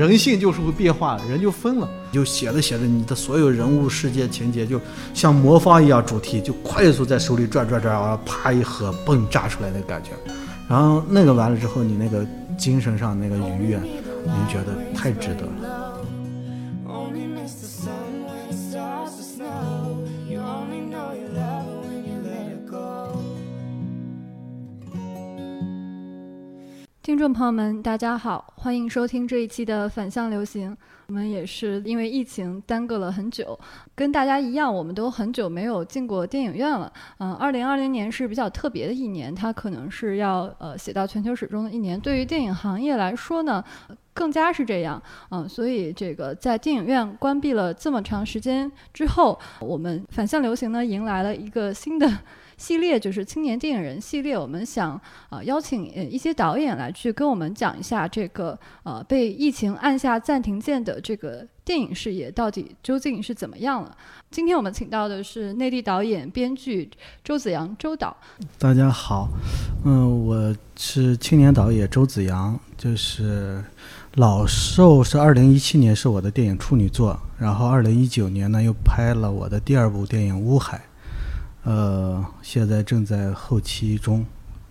人性就是会变化，人就分了，就写着写着，你的所有人物世界情节就像魔方一样，主题就快速在手里转，啪一合，蹦炸出来的感觉。然后那个完了之后，你那个精神上那个愉悦，你觉得太值得了。 听众朋友们大家好，欢迎收听这一期的反向流行。我们也是因为疫情耽搁了很久，跟大家一样，我们都很久没有进过电影院了。2020年是比较特别的一年，它可能是要写到全球史中的一年。对于电影行业来说呢，更加是这样。所以这个在电影院关闭了这么长时间之后，我们反向流行呢迎来了一个新的系列，就是青年电影人系列。我们想邀请一些导演来去跟我们讲一下这个被疫情按下暂停键的这个电影事业到底究竟是怎么样了。今天我们请到的是内地导演编剧周子阳周导。 大家好，我是青年导演周子阳，就是老兽是2017年是我的电影处女作，然后2019年呢又拍了我的第二部电影乌海，现在正在后期中，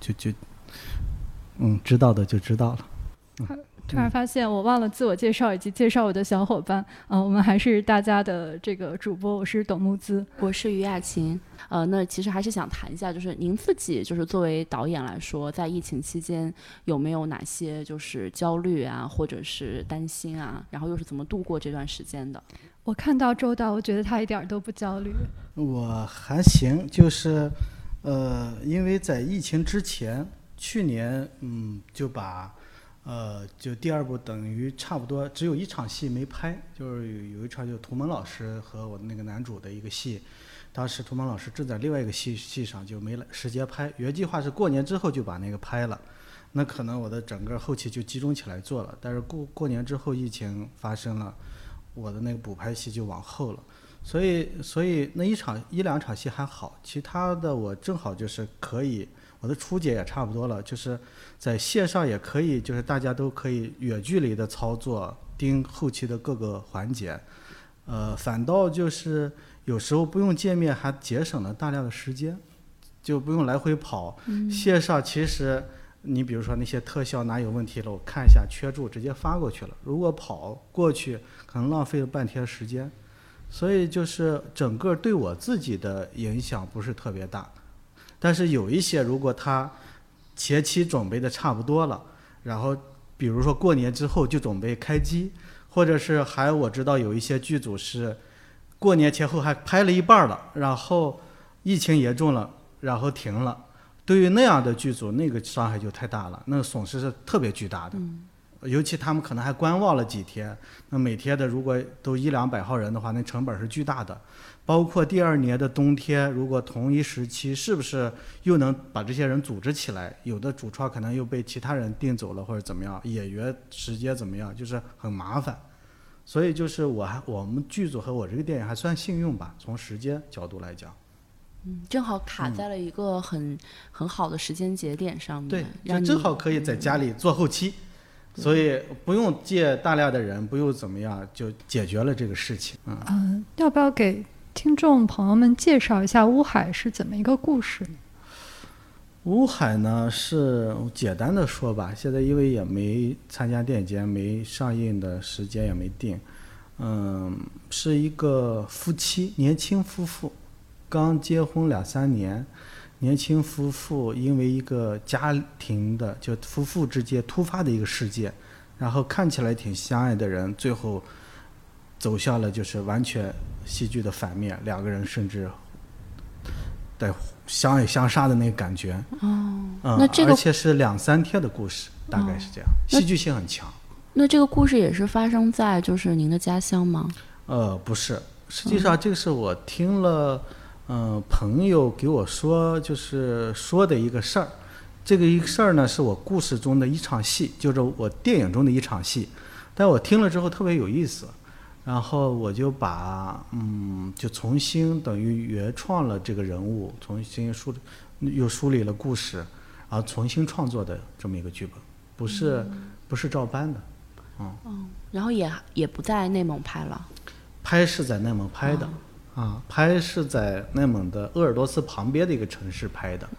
知道的就知道了。 突然发现我忘了自我介绍以及介绍我的小伙伴，我们还是大家的这个主播，我是董木姿， 我是于亚琴。那其实还是想谈一下，就是您自己就是作为导演来说，在疫情期间有没有哪些就是焦虑啊，或者是担心啊，然后又是怎么度过这段时间的？ 我看到周导，我觉得他一点都不焦虑。 我还行，就是因为在疫情之前，去年就把就第二部等于差不多只有一场戏没拍，就是有一场就涂蒙老师和我的那个男主的一个戏，当时涂蒙老师正在另外一个戏上就没时间拍，原计划是过年之后就把那个拍了，那可能我的整个后期就集中起来做了，但是过年之后疫情发生了，我的那个补拍戏就往后了，所以那一两场戏还好，其他的我正好就是可以，我的初剪也差不多了，就是在线上也可以，就是大家都可以远距离的操作盯后期的各个环节，反倒就是有时候不用见面还节省了大量的时间，就不用来回跑。线上其实你比如说那些特效哪有问题了，我看一下缺注直接发过去了，如果跑过去可能浪费了半天时间，所以就是整个对我自己的影响不是特别大。但是有一些如果他前期准备的差不多了，然后比如说过年之后就准备开机，或者是还我知道有一些剧组是过年前后还拍了一半了，然后疫情严重了然后停了，对于那样的剧组那个伤害就太大了，那个损失是特别巨大的。尤其他们可能还观望了几天，那每天的如果都100-200号人的话，那成本是巨大的。包括第二年的冬天，如果同一时期是不是又能把这些人组织起来，有的主创可能又被其他人订走了或者怎么样，演员时间怎么样，就是很麻烦。所以就是我们剧组和我这个电影还算幸运吧，从时间角度来讲。 正好卡在了一个很好的时间节点上面， 对，就正好可以在家里做后期，所以不用借大量的人，不用怎么样，就解决了这个事情。 要不要给听众朋友们介绍一下乌海是怎么一个故事？ 乌海呢是简单的说吧，现在因为也没参加电影节，没上映的时间也没定，是一个夫妻，年轻夫妇，刚结婚2-3年，年轻夫妇因为一个家庭的就夫妇之间突发的一个事件，然后看起来挺相爱的人，最后走向了就是完全戏剧的反面，两个人甚至在相爱相杀的那个感觉。 那这个而且是2-3天的故事，大概是这样，戏剧性很强。 那这个故事也是发生在就是您的家乡吗？ 不是，实际上这个是我听了朋友给我说，就是说的一个事儿。这个一个事儿呢是我故事中的一场戏，就是我电影中的一场戏，但我听了之后特别有意思，然后我就把就重新等于原创了这个人物，重新又梳理了故事，然后重新创作的这么一个剧本，不是照搬的。 然后也不在内蒙拍了。 拍是在内蒙拍的，拍是在内蒙的鄂尔多斯旁边的一个城市拍的，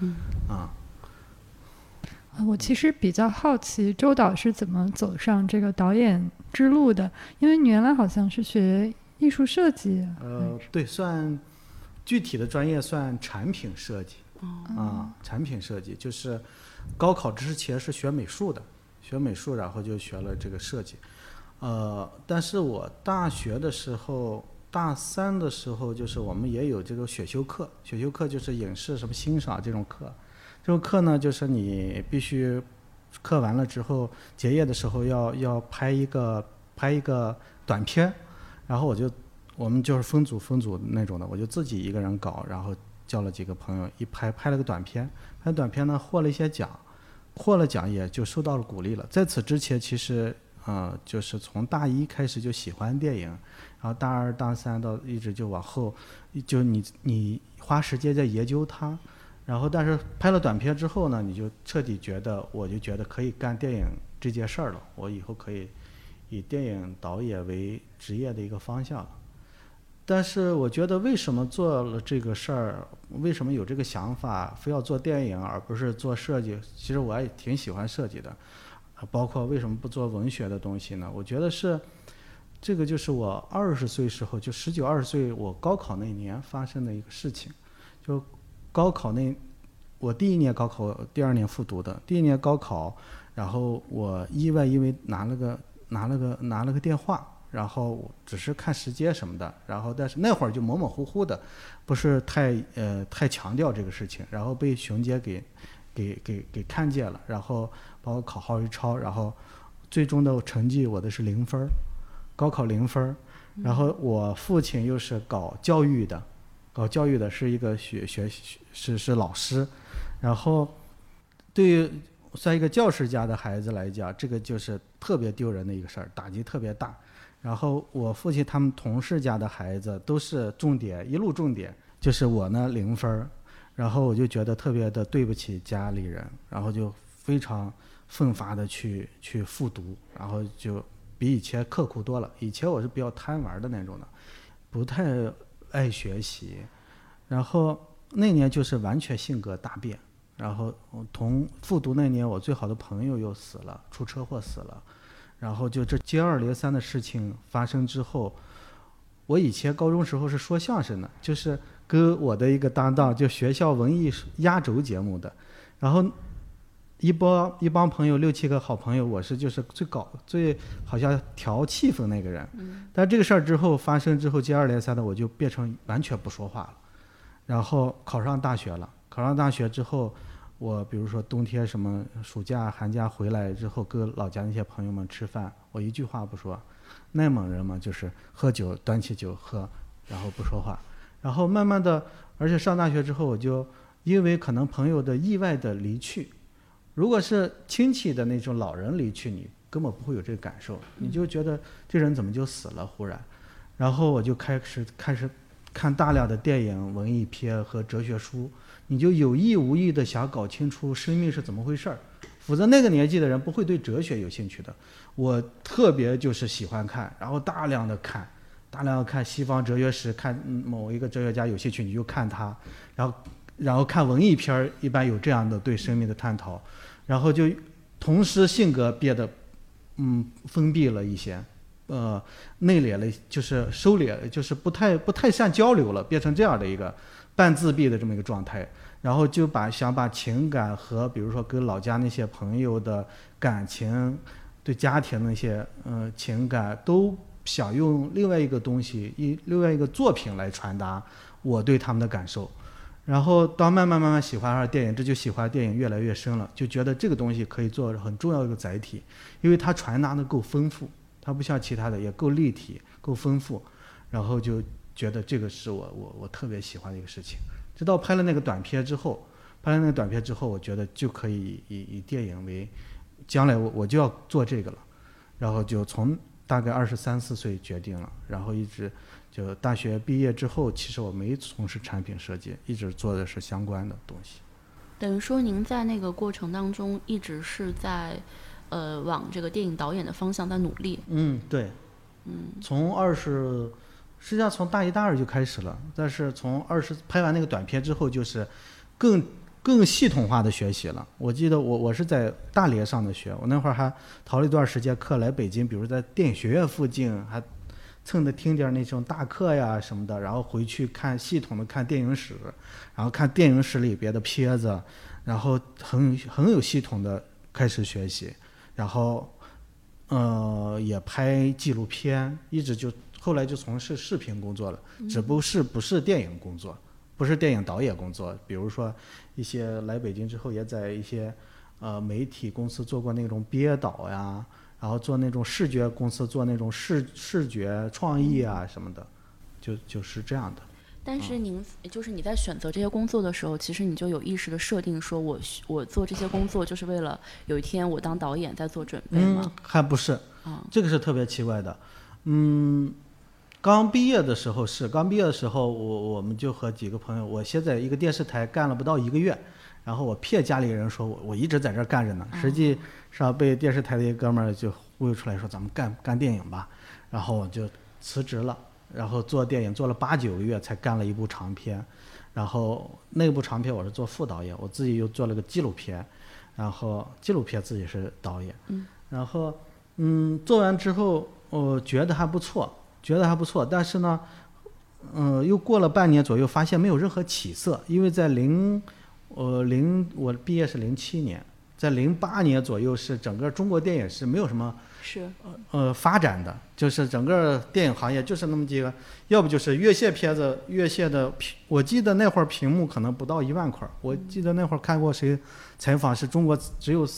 我其实比较好奇周导是怎么走上这个导演之路的，因为你原来好像是学艺术设计。 对，算具体的专业算产品设计。产品设计就是高考之前是学美术的，然后就学了这个设计。但是我大学的时候，大三的时候，就是我们也有这个选修课，就是影视什么欣赏这种课。这种课呢，就是你必须课完了之后，结业的时候要拍一个短片，然后我们就是分组那种的，我就自己一个人搞，然后叫了几个朋友一拍了个短片，拍短片呢获了一些奖，也就受到了鼓励了。在此之前，其实就是从大一开始就喜欢电影，然后大二大三到一直就往后，就你花时间在研究它。然后但是拍了短片之后呢，你就彻底我就觉得可以干电影这件事儿了，我以后可以以电影导演为职业的一个方向了。但是我觉得为什么做了这个事儿，为什么有这个想法非要做电影而不是做设计，其实我也挺喜欢设计的，包括为什么不做文学的东西呢？我觉得是这个就是我20岁时候，就19、20岁我高考那年发生的一个事情。就高考我第一年高考，第二年复读的。第一年高考，然后我意外因为拿了个电话，然后只是看时间什么的，然后但是那会儿就模模糊糊的，不是太强调这个事情，然后被熊姐给看见了，然后把我考号一抄，然后最终的成绩我的是0分，高考0分。然后我父亲又是搞教育的是一个是老师，然后对于算一个教师家的孩子来讲，这个就是特别丢人的一个事儿，打击特别大。然后我父亲他们同事家的孩子都是重点，一路重点，就是我呢0分，然后我就觉得特别的对不起家里人，然后就非常奋发的去复读，然后就比以前刻苦多了。以前我是比较贪玩的那种的，不太爱学习，然后那年就是完全性格大变。然后同复读那年，我最好的朋友又死了，出车祸死了。然后就这接二连三的事情发生之后，我以前高中时候是说相声的，就是跟我的一个搭档，就学校文艺压轴节目的，然后一帮朋友6、7个好朋友，我是就是最好像调气氛那个人。但这个事儿之后发生之后，接二连三的我就变成完全不说话了。然后考上大学了，考上大学之后，我比如说冬天什么暑假寒假回来之后，跟老家那些朋友们吃饭，我一句话不说。内蒙人嘛，就是喝酒端起酒喝，然后不说话。然后慢慢的，而且上大学之后，我就因为可能朋友的意外的离去，如果是亲戚的那种老人离去，你根本不会有这个感受，你就觉得这人怎么就死了忽然。然后我就开始看大量的电影、文艺片和哲学书，你就有意无意的想搞清楚生命是怎么回事儿，否则那个年纪的人不会对哲学有兴趣的。我特别就是喜欢看，然后大量的看西方哲学史，看某一个哲学家有兴趣你就看他，然后看文艺片，一般有这样的对生命的探讨，然后就同时性格变得封闭了一些。内敛了，就是收敛，就是不太善交流了，变成这样的一个半自闭的这么一个状态。然后就想把情感和比如说跟老家那些朋友的感情，对家庭那些情感，都想用另外一个东西，另外一个作品来传达我对他们的感受。然后到慢慢喜欢上电影，这就喜欢电影越来越深了，就觉得这个东西可以做很重要的一个载体，因为它传达的够丰富。它不像其他的，也够立体够丰富，然后就觉得这个是我特别喜欢的一个事情。直到拍了那个短片之后，我觉得就可以以电影为将来我就要做这个了。然后就从大概23、24岁决定了，然后一直就大学毕业之后，其实我没从事产品设计，一直做的是相关的东西。 等于说您在那个过程当中一直是在往这个电影导演的方向在努力。 对，实际上从大一大二就开始了，但是从拍完那个短片之后，就是更系统化的学习了。我记得我是在大连上的学，我那会儿还逃了一段时间课来北京，比如在电影学院附近还蹭着听点那种大课呀什么的，然后回去系统的看电影史，然后看电影史里边的片子，然后很有系统的开始学习，然后也拍纪录片，一直就后来就从事视频工作了，只不是电影工作，不是电影导演工作。比如说一些来北京之后，也在一些媒体公司做过那种编导呀，然后做那种视觉公司做那种视觉创意啊什么的，就是这样的。 但是就是你在选择这些工作的时候，其实你就有意识的设定说我做这些工作就是为了有一天我当导演在做准备吗？ 还不是，这个是特别奇怪的。刚毕业的时候，我们就和几个朋友，我先在一个电视台干了不到1个月，然后我骗家里人说我一直在这儿干着呢，实际上被电视台的一个哥们儿就忽悠出来说咱们干电影吧，然后我就辞职了，然后做电影做了8、9个月才干了一部长片，然后那部长片我是做副导演，我自己又做了个纪录片，然后纪录片自己是导演，然后做完之后我觉得还不错，但是呢又过了半年左右发现没有任何起色，因为在我毕业是07年，在08年左右是整个中国电影是没有什么发展的，就是整个电影行业就是那么几个，要不就是院线片子，我记得那会儿屏幕可能不到1万块，我记得那会儿看过谁采访是中国只有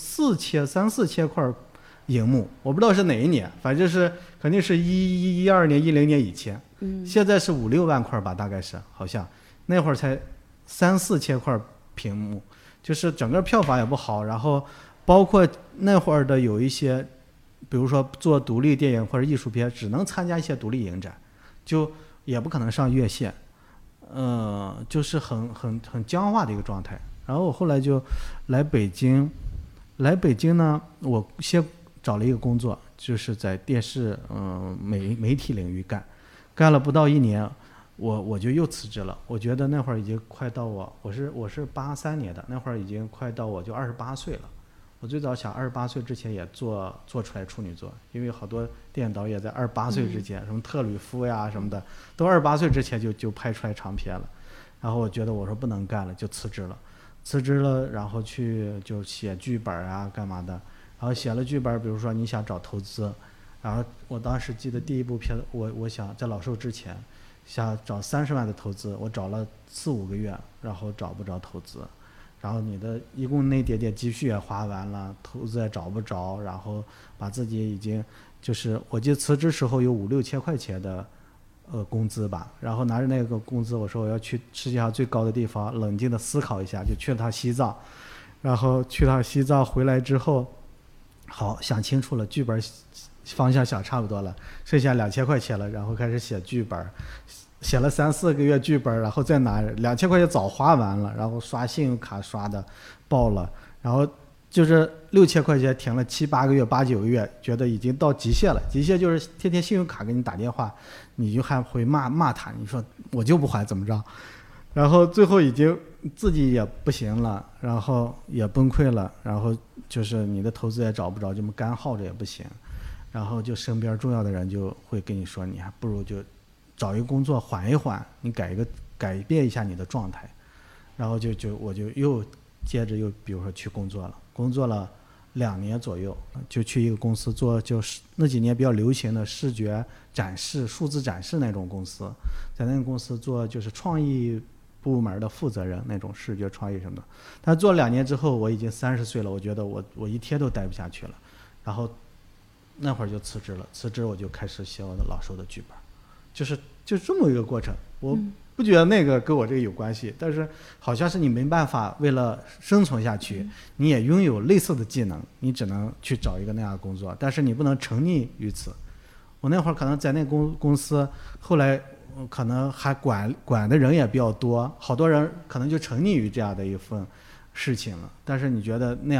3、4千块荧幕，我不知道是哪一年，反正是肯定是12年10年以前，现在是5、6万块吧，大概是好像那会儿才3、4千块屏幕，就是整个票房也不好，然后包括那会儿的有一些比如说做独立电影或者艺术片只能参加一些独立影展，就也不可能上院线，就是很僵化的一个状态。然后我后来就来北京呢，我先找了一个工作，就是在电视媒体领域干了不到1年，我就又辞职了。我觉得那会儿已经快到我是83年的，那会儿已经快到我就28岁了。我最早想28岁之前也做出来处女作，因为好多电影导演在28岁之前，什么特吕夫呀什么的，都28岁之前就拍出来长片了。然后我觉得我说不能干了，就辞职了，然后就写剧本啊干嘛的。然后写了剧本，比如说你想找投资，然后我当时记得第一部片子，我想在老寿之前想找30万的投资，我找了4、5个月，然后找不着投资。然后你的一共那点积蓄也花完了，投资也找不着，然后把自己已经就是我记得辞职时候有5、6千块钱的工资吧，然后拿着那个工资我说我要去世界上最高的地方冷静的思考一下，就去了趟西藏，然后去趟西藏回来之后好想清楚了，剧本方向想差不多了，剩下2000块钱了，然后开始写剧本，写了3、4个月剧本，然后再拿2000块钱早花完了，然后刷信用卡刷的爆了，然后就是6000块钱停了7、8个月、8、9个月，觉得已经到极限了。极限就是天天信用卡给你打电话，你就还会骂他，你说我就不还怎么着？然后最后已经自己也不行了，然后也崩溃了，然后就是你的投资也找不着，这么干耗着也不行，然后就身边重要的人就会跟你说，你还不如就找一个工作缓一缓，你改变一下你的状态。然后我就又接着比如说去工作了2年左右，就去一个公司做，就是那几年比较流行的视觉展示、数字展示那种公司，在那个公司做就是创意部门的负责人，那种视觉创意什么的。但做2年之后，我已经30岁了，我觉得我一天都待不下去了，然后那会儿就辞职了。辞职我就开始写我的老寿的剧本，就这么一个过程。我不觉得那个跟我这个有关系，但是好像是你没办法为了生存下去，你也拥有类似的技能，你只能去找一个那样的工作，但是你不能沉溺于此。我那会儿可能在那公司，后来可能还管的人也比较多，好多人可能就沉溺于这样的一份事情了。但是你觉得那样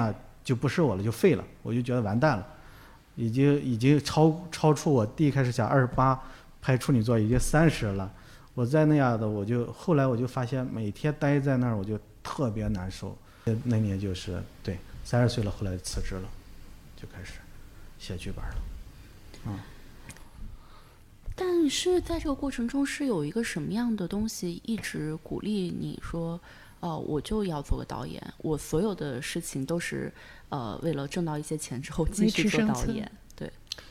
就不是我了，就废了，我就觉得完蛋了，已经超出我第一开始想28拍处女座已经30了。我在那样的，后来我就发现每天待在那儿我就特别难受。那年就是对30岁了，后来辞职了，就开始写剧本了。 但是在这个过程中是有一个什么样的东西一直鼓励你说，我就要做个导演，我所有的事情都是为了挣到一些钱之后继续做导演。对，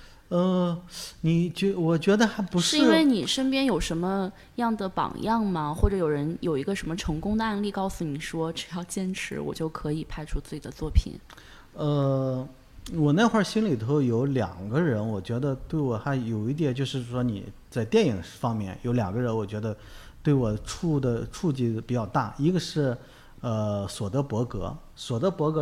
我觉得还不是。 是因为你身边有什么样的榜样吗？或者有一个什么成功的案例告诉你说，只要坚持，我就可以拍出自己的作品？ 我那会儿心里头有2个人，我觉得对我还有一点，就是说你在电影方面有2个人，我觉得对我触及比较大。一个是索德伯格是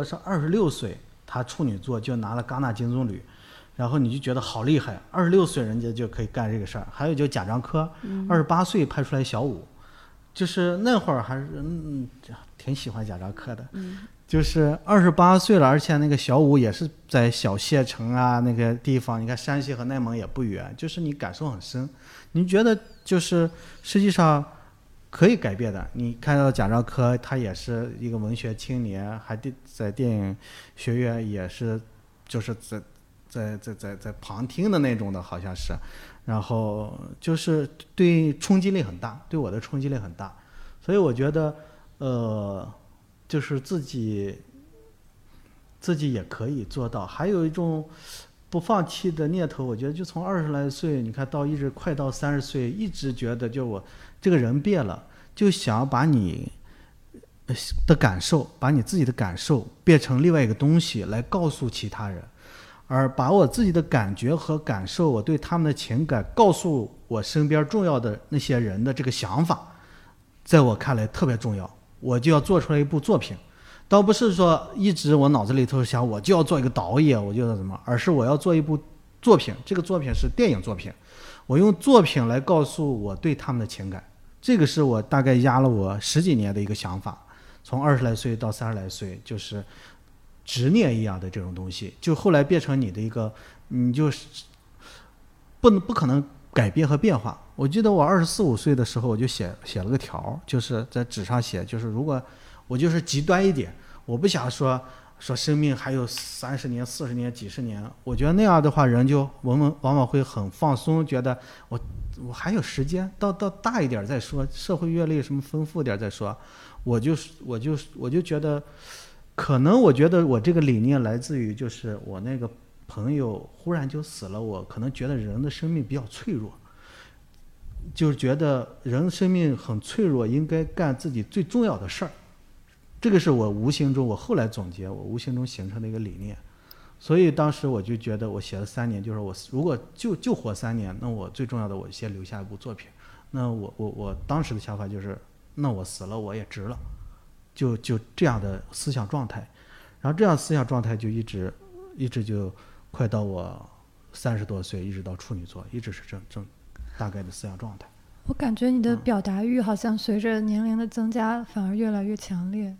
26岁，他处女座就拿了戛纳金棕榈，然后你就觉得好厉害，26岁人家就可以干这个事儿。还有就贾樟柯，28岁拍出来小五，就是那会儿还是挺喜欢贾樟柯的。就是28岁了，而且那个小五也是在小县城啊那个地方，你看山西和内蒙也不远，就是你感受很深，你觉得就是实际上可以改变的。你看到贾樟柯，他也是一个文学青年，还在电影学院也是就是在旁听的那种的，好像是，然后就是对冲击力很大，对我的冲击力很大，所以我觉得就是自己也可以做到。还有一种不放弃的念头，我觉得就从20来岁，你看到一直快到30岁，一直觉得就我这个人变了，就想把你的感受，把你自己的感受变成另外一个东西来告诉其他人，而把我自己的感觉和感受，我对他们的情感告诉我身边重要的那些人的这个想法，在我看来特别重要。我就要做出来一部作品，倒不是说一直我脑子里头想我就要做一个导演，我就要怎么，而是我要做一部作品，这个作品是电影作品，我用作品来告诉我对他们的情感。这个是我大概压了我10几年的一个想法，从20来岁到30来岁，就是执念一样的这种东西，就后来变成你的一个，你就是不可能改变和变化。我记得我24、25岁的时候，我就写了个条，就是在纸上写，就是如果我就是极端一点，我不想说生命还有30年、40年、几十年，我觉得那样的话，人就往往会很放松，觉得我还有时间，到大一点再说，社会阅历什么丰富点再说。我就觉得，可能我觉得我这个理念来自于就是我那个朋友忽然就死了，我可能觉得人的生命比较脆弱。就是觉得人生命很脆弱，应该干自己最重要的事儿，这个是我无形中，我后来总结，我无形中形成的一个理念。所以当时我就觉得，我写了3年，就是我如果就活3年，那我最重要的，我先留下一部作品。那我当时的想法就是，那我死了我也值了，就这样的思想状态。然后这样思想状态就一直就快到我30多岁，一直到处女座，一直是正大概的思想状态。 我感觉你的表达欲好像随着年龄的增加反而越来越强烈。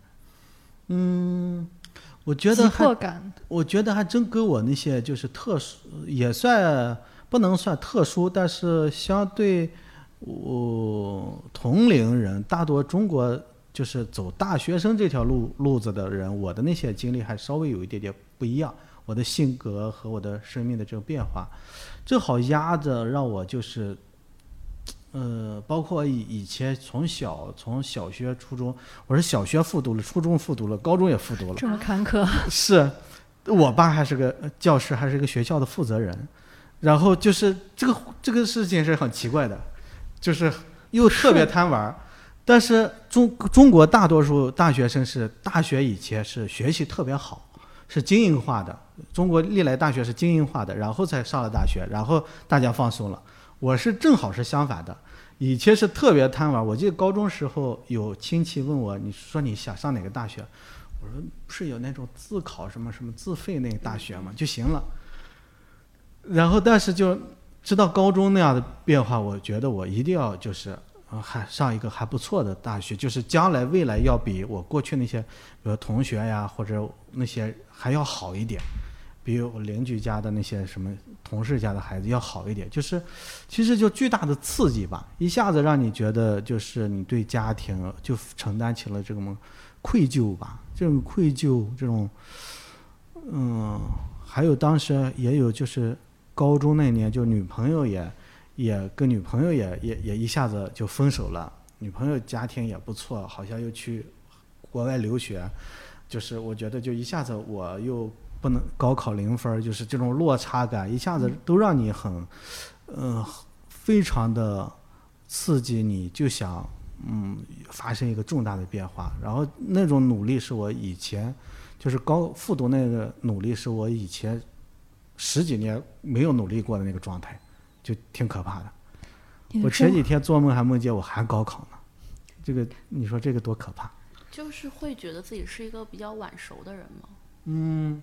我觉得急迫感， 我觉得还真跟我那些就是特殊，也算不能算特殊，但是相对同龄人，大多中国就是走大学生这条路子的人，我的那些经历还稍微有一点点不一样。我的性格和我的生命的这个变化，正好压着让我就是包括以前从小学、初中，我是小学复读了，初中复读了，高中也复读了， 这么坎坷。 是我爸还是个教师，还是个学校的负责人，然后就是这个事情是很奇怪的，就是又特别贪玩，但是中国大多数大学生是大学以前是学习特别好，是精英化的，中国历来大学是精英化的，然后才上了大学，然后大家放松了。我是正好是相反的，以前是特别贪玩。我记得高中时候有亲戚问我，你说你想上哪个大学？我说不是有那种自考什么自费那个大学嘛就行了。然后但是就知道高中那样的变化，我觉得我一定要就是还上一个还不错的大学，就是将来未来要比我过去那些，比如同学呀或者那些还要好一点，比我邻居家的那些什么同事家的孩子要好一点，就是其实就巨大的刺激吧，一下子让你觉得就是你对家庭就承担起了这种愧疚吧，这种愧疚，这种还有当时也有就是高中那年就女朋友也跟女朋友也一下子就分手了，女朋友家庭也不错，好像又去国外留学，就是我觉得就一下子我又不能高考0分，就是这种落差感一下子都让你很非常的刺激，你就想发生一个重大的变化，然后那种努力是我以前就是复读那个努力是我以前10几年没有努力过的那个状态，就挺可怕的。我前几天做梦还梦见我还高考呢，这个你说这个多可怕？ 就是会觉得自己是一个比较晚熟的人吗？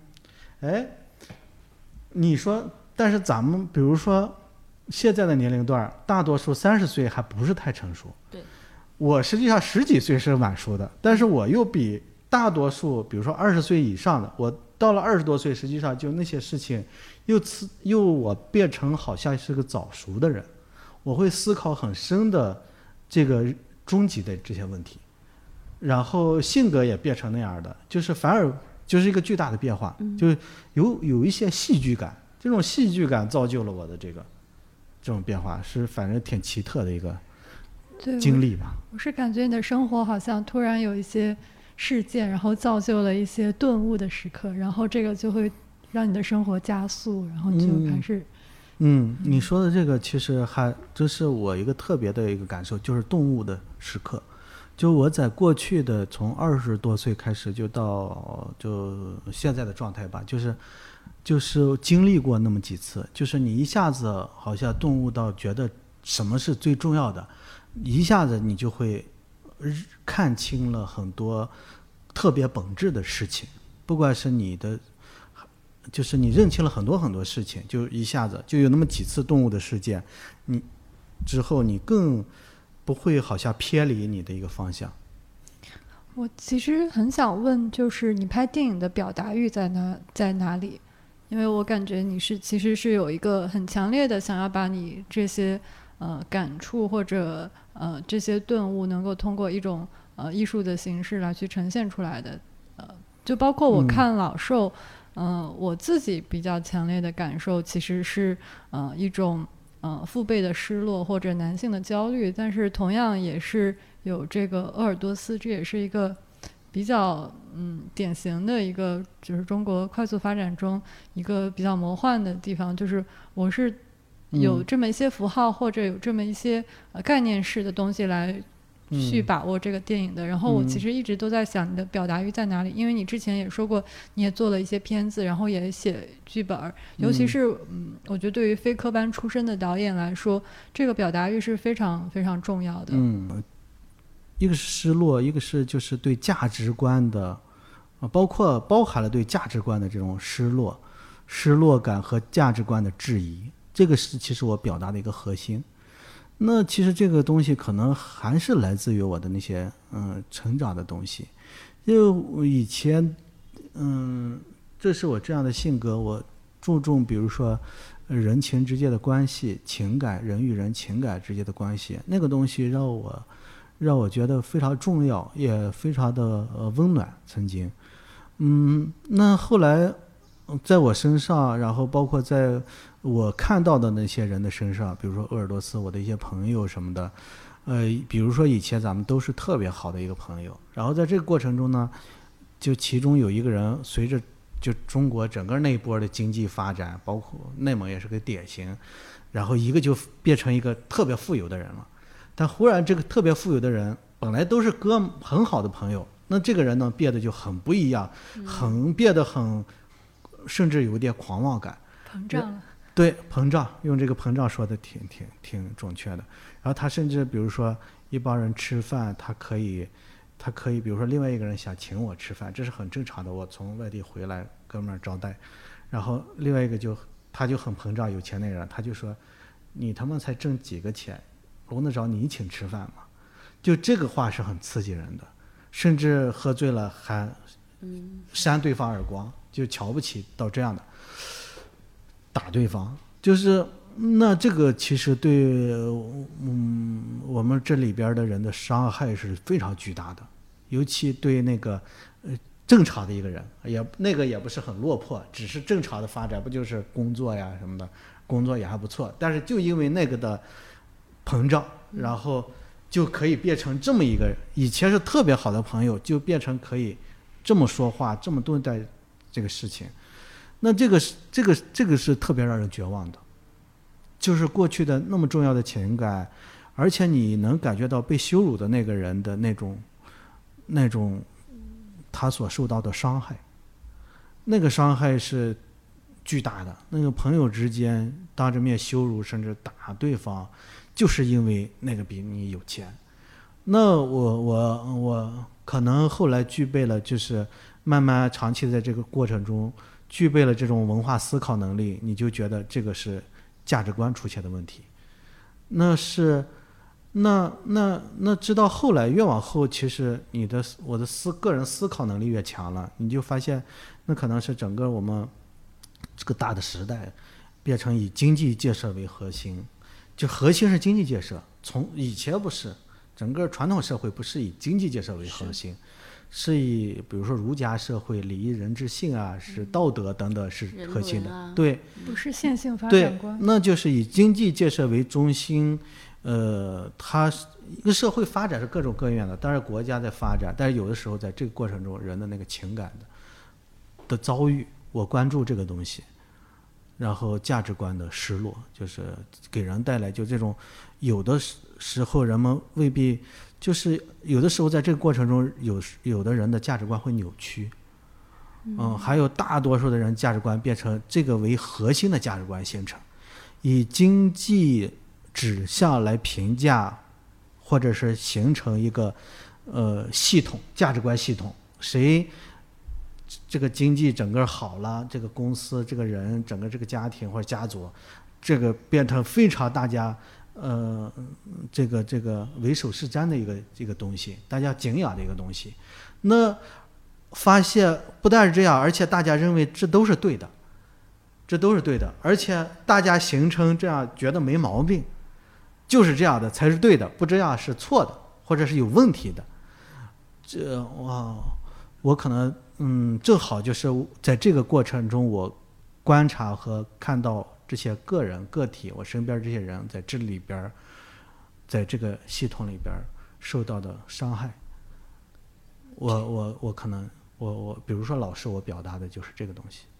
你说，但是咱们比如说现在的年龄段，大多数30岁还不是太成熟。 对， 我实际上10几岁是晚熟的，但是我又比大多数，比如说20岁以上的，我到了20多岁，实际上就那些事情又我变成好像是个早熟的人，我会思考很深的这个终极的这些问题，然后性格也变成那样的，就是反而就是一个巨大的变化，就有一些戏剧感，这种戏剧感造就了我的这种变化，是反正挺奇特的一个经历吧。 我是感觉你的生活好像突然有一些事件，然后造就了一些顿悟的时刻，然后这个就会让你的生活加速，然后就开始你说的这个其实这是我一个特别的一个感受，就是顿悟的时刻。就我在过去的从20多岁开始就到就现在的状态吧，就是经历过那么几次，就是你一下子好像顿悟到觉得什么是最重要的，一下子你就会看清了很多特别本质的事情，不管是你的就是你认清了很多很多事情，就一下子就有那么几次顿悟的事件，你之后你更不会好像偏离你的一个方向。 我其实很想问，就是你拍电影的表达欲在哪里？因为我感觉你其实是有一个很强烈的想要把你这些感触或者这些顿悟能够通过一种艺术的形式来去呈现出来的。就包括我看老兽，我自己比较强烈的感受其实是一种父辈的失落或者男性的焦虑，但是同样也是有这个鄂尔多斯，这也是一个比较典型的一个就是中国快速发展中一个比较魔幻的地方，就是我是有这么一些符号或者有这么一些概念式的东西来去把握这个电影的。然后我其实一直都在想你的表达欲在哪里，因为你之前也说过你也做了一些片子，然后也写剧本，尤其是我觉得对于非科班出身的导演来说，这个表达欲是非常非常重要的。 一个是失落，一个是就是对价值观的包含了对价值观的这种失落感和价值观的质疑，这个是其实我表达的一个核心。那其实这个东西可能还是来自于我的那些成长的东西，因为我以前这是我这样的性格，我注重比如说人情之间的关系，情感，人与人情感之间的关系，那个东西让我觉得非常重要，也非常的温暖。曾经那后来在我身上，然后包括在我看到的那些人的身上，比如说鄂尔多斯，我的一些朋友什么的，比如说以前咱们都是特别好的一个朋友，然后在这个过程中呢，就其中有一个人随着就中国整个那一波的经济发展，包括内蒙也是个典型，然后一个就变成一个特别富有的人了，但忽然这个特别富有的人本来都是很好的朋友，那这个人呢变得就很不一样，变得很甚至有点狂妄感， 膨胀了。 对，膨胀，用这个膨胀说的挺准确的。然后他甚至比如说一帮人吃饭，他可以比如说另外一个人想请我吃饭，这是很正常的，我从外地回来哥们儿招待，然后另外一个他就很膨胀，有钱那人他就说你他妈才挣几个钱， 轮得着你请吃饭吗？就这个话是很刺激人的，甚至喝醉了还扇对方耳光，就瞧不起到这样的，打对方，就是那这个其实对我们这里边的人的伤害是非常巨大的，尤其对那个正常的一个人，那个也不是很落魄，只是正常的发展，不就是工作呀什么的，工作也还不错，但是就因为那个的膨胀，然后就可以变成这么一个以前是特别好的朋友，就变成可以这么说话，这么对待这个事情。那这个是特别让人绝望的，就是过去的那么重要的情感，而且你能感觉到被羞辱的那个人的那种他所受到的伤害，那个伤害是巨大的。那个朋友之间当着面羞辱甚至打对方，就是因为那个比你有钱。那我可能后来具备了，就是慢慢长期在这个过程中具备了这种文化思考能力，你就觉得这个是价值观出现的问题。那直到后来越往后，其实我的个人思考能力越强了，你就发现那可能是整个我们这个大的时代变成以经济建设为核心，就核心是经济建设。从以前不是，整个传统社会不是以经济建设为核心，是以比如说儒家社会礼义仁智信啊，是道德等等是核心的，对， 不是线性发展观， 对，那就是以经济建设为中心。它一个社会发展是各种各样的，当然国家在发展，但是有的时候在这个过程中，人的那个情感的遭遇，我关注这个东西，然后价值观的失落，就是给人带来就这种，有的时候人们未必，就是有的时候在这个过程中，有的人的价值观会扭曲，还有大多数的人价值观变成这个为核心的价值观形成，以经济指向来评价，或者是形成一个系统，价值观系统，谁这个经济整个好了，这个公司这个人整个这个家庭或者家族，这个变成非常大家这个为首是瞻的一个东西，大家敬仰的一个东西。那发现不但是这样，而且大家认为这都是对的，而且大家形成这样觉得没毛病，就是这样的才是对的，不这样是错的，或者是有问题的。我可能正好就是在这个过程中，我观察和看到这些个人个体，我身边这些人在这里边，在这个系统里边受到的伤害。我可能比如说老师，我表达的就是这个东西。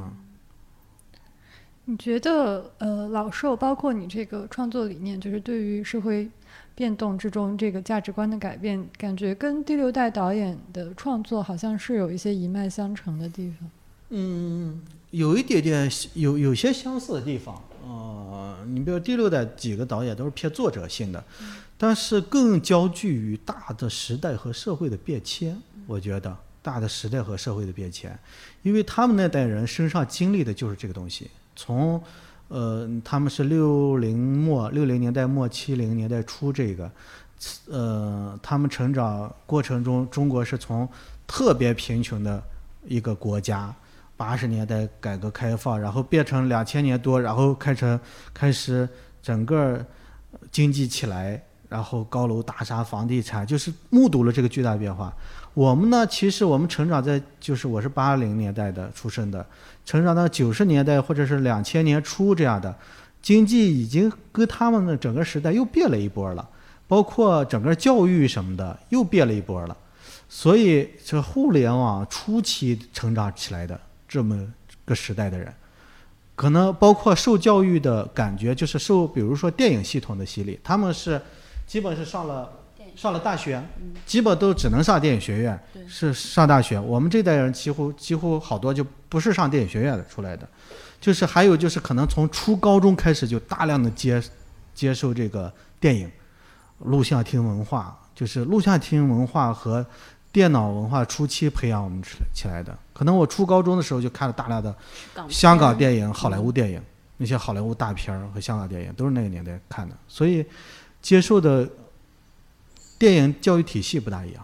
你觉得老寿包括你这个创作理念，就是对于社会变动之中这个价值观的改变，感觉跟第六代导演的创作好像是有一些一脉相承的地方。 有一点点有些相似的地方。你比如第六代几个导演都是偏作者性的，但是更焦聚于大的时代和社会的变迁。我觉得大的时代和社会的变迁，因为他们那代人身上经历的就是这个东西。从他们是60年代末70年代初，这个他们成长过程中，中国是从特别贫穷的一个国家，80年代改革开放，然后变成2000年多，然后开始整个经济起来，然后高楼大厦房地产，就是目睹了这个巨大变化。我们呢，其实我们成长在，就是我是80年代的出生的，成长到90年代或者是2000年初这样的，经济已经跟他们的整个时代又变了一波了，包括整个教育什么的又变了一波了。所以这互联网初期成长起来的这么个时代的人，可能包括受教育的感觉，就是比如说电影系统的洗礼，他们是基本是上了大学，基本都只能上电影学院，是上大学。我们这代人几乎好多就不是上电影学院的出来的，就是还有就是可能从初高中开始就大量的接受这个电影、录像厅文化，就是录像厅文化和电脑文化初期培养我们起来的。可能我初高中的时候就看了大量的香港电影、好莱坞电影，那些好莱坞大片和香港电影都是那个年代看的，所以接受的电影教育体系不大一样。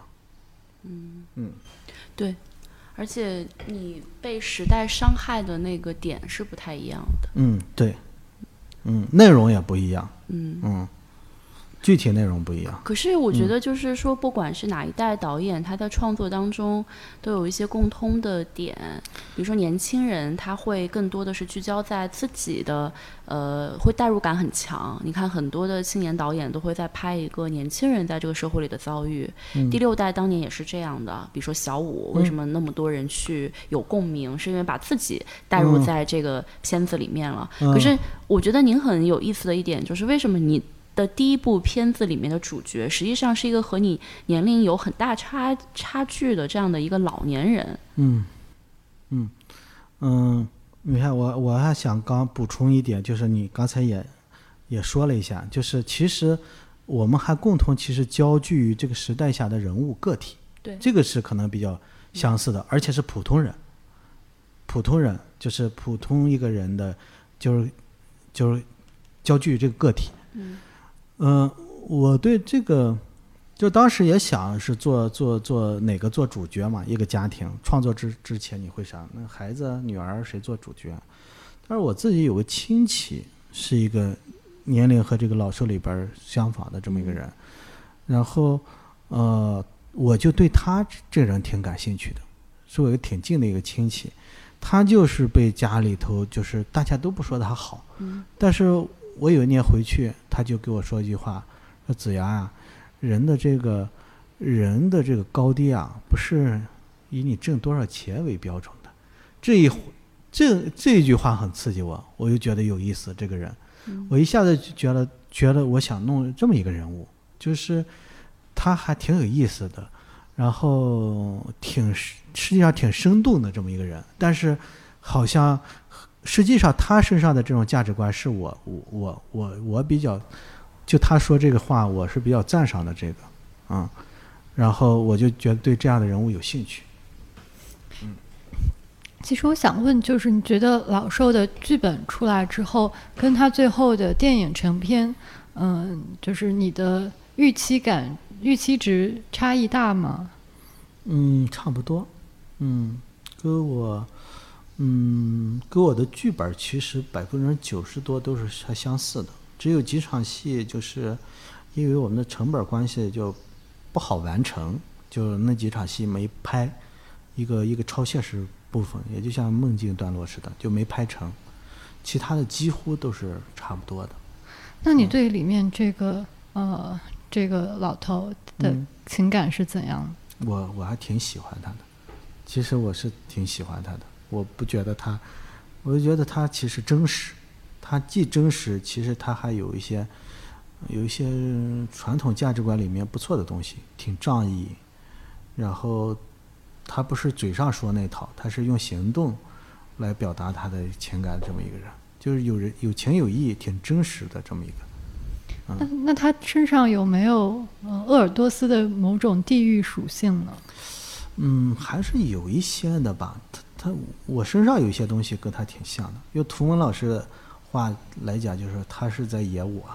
对，而且你被时代伤害的那个点是不太一样的。 对，内容也不一样。具体内容不一样。 可是我觉得就是说，不管是哪一代导演，他在创作当中都有一些共通的点。比如说年轻人，他会更多的是聚焦在自己的，会代入感很强。你看很多的青年导演都会在拍一个年轻人在这个社会里的遭遇。第六代当年也是这样的，比如说小五，为什么那么多人去有共鸣，是因为把自己带入在这个片子里面了。可是我觉得您很有意思的一点就是，为什么你的第一部片子里面的主角实际上是一个和你年龄有很大差距的这样的一个老年人。 你看我还想刚补充一点，就是你刚才也说了一下，就是其实我们还共同其实焦聚于这个时代下的人物个体。 对， 这个是可能比较相似的，而且是普通人就是普通一个人的就是焦聚于这个个体。我对这个就当时也想是做哪个做主角嘛，一个家庭创作之前你会想那孩子女儿谁做主角，但是我自己有个亲戚是一个年龄和这个老寿里边相仿的这么一个人，然后我就对他这个人挺感兴趣的，是我一个挺近的一个亲戚，他就是被家里头就是大家都不说他好，但是我有一年回去，他就给我说一句话，说子阳啊，人的这个高低啊，不是以你挣多少钱为标准的。这一句话很刺激我就觉得有意思。这个人，我一下子就觉得我想弄这么一个人物，就是他还挺有意思的，然后实际上挺生动的这么一个人，但是好像实际上他身上的这种价值观是我比较，就他说这个话我是比较赞赏的这个然后我就觉得对这样的人物有兴趣。 其实我想问，就是你觉得老寿的剧本出来之后，跟他最后的电影成片，就是你的预期值差异大吗？ 差不多。跟我的剧本其实90%多都是相似的，只有几场戏就是因为我们的成本关系就不好完成，就那几场戏没拍，一个超现实部分，也就像梦境段落似的就没拍成，其他的几乎都是差不多的。 那你对里面这个老头的情感是怎样的？ 我还挺喜欢他的，其实我是挺喜欢他的。我不觉得他，我就觉得他其实真实，他既真实，其实他还有一些传统价值观里面不错的东西，挺仗义，然后他不是嘴上说那套，他是用行动来表达他的情感的这么一个人，就是有情有义，挺真实的这么一个。 那他身上有没有鄂尔多斯的某种地域属性呢？ 还是有一些的吧。我身上有一些东西跟他挺像的，用图文老师的话来讲，就是他是在演我。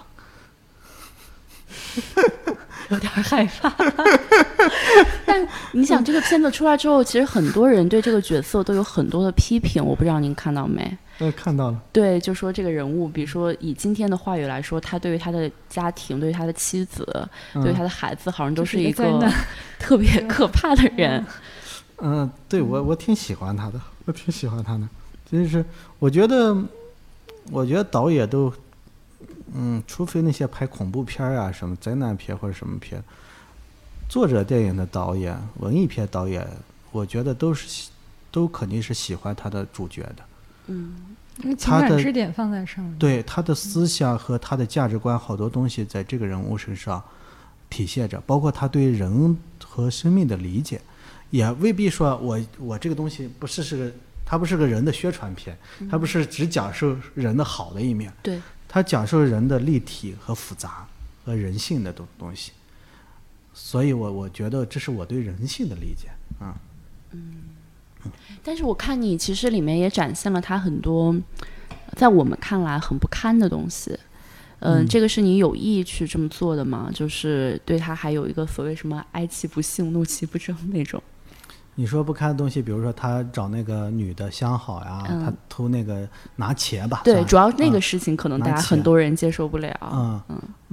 有点害怕。但你想，这个片子出来之后，其实很多人对这个角色都有很多的批评，我不知道您看到没？ 看到了。 对，就说这个人物，比如说以今天的话语来说，他对于他的家庭、对于他的妻子、对于他的孩子，好像都是一个特别可怕的人。 对，我挺喜欢他的，就是我觉得导演都，除非那些拍恐怖片啊、什么灾难片或者什么片，作者电影的导演、文艺片导演，我觉得都肯定是喜欢他的主角的。 因为情感支点放在上面。 对，他的思想和他的价值观，好多东西在这个人物身上体现着，包括他对人和生命的理解。也未必说我这个东西它不是个人的宣传片，它不是只讲述人的好的一面， 对， 它讲述人的立体和复杂和人性的东西，所以我觉得这是我对人性的理解。 但是我看你其实里面也展现了他很多在我们看来很不堪的东西。 这个是你有意去这么做的吗？就是对他还有一个所谓什么哀其不幸怒其不争那种。 你说不堪的东西，比如说他找那个女的相好呀，他偷那个拿钱吧。 对，主要那个事情可能大家很多人接受不了。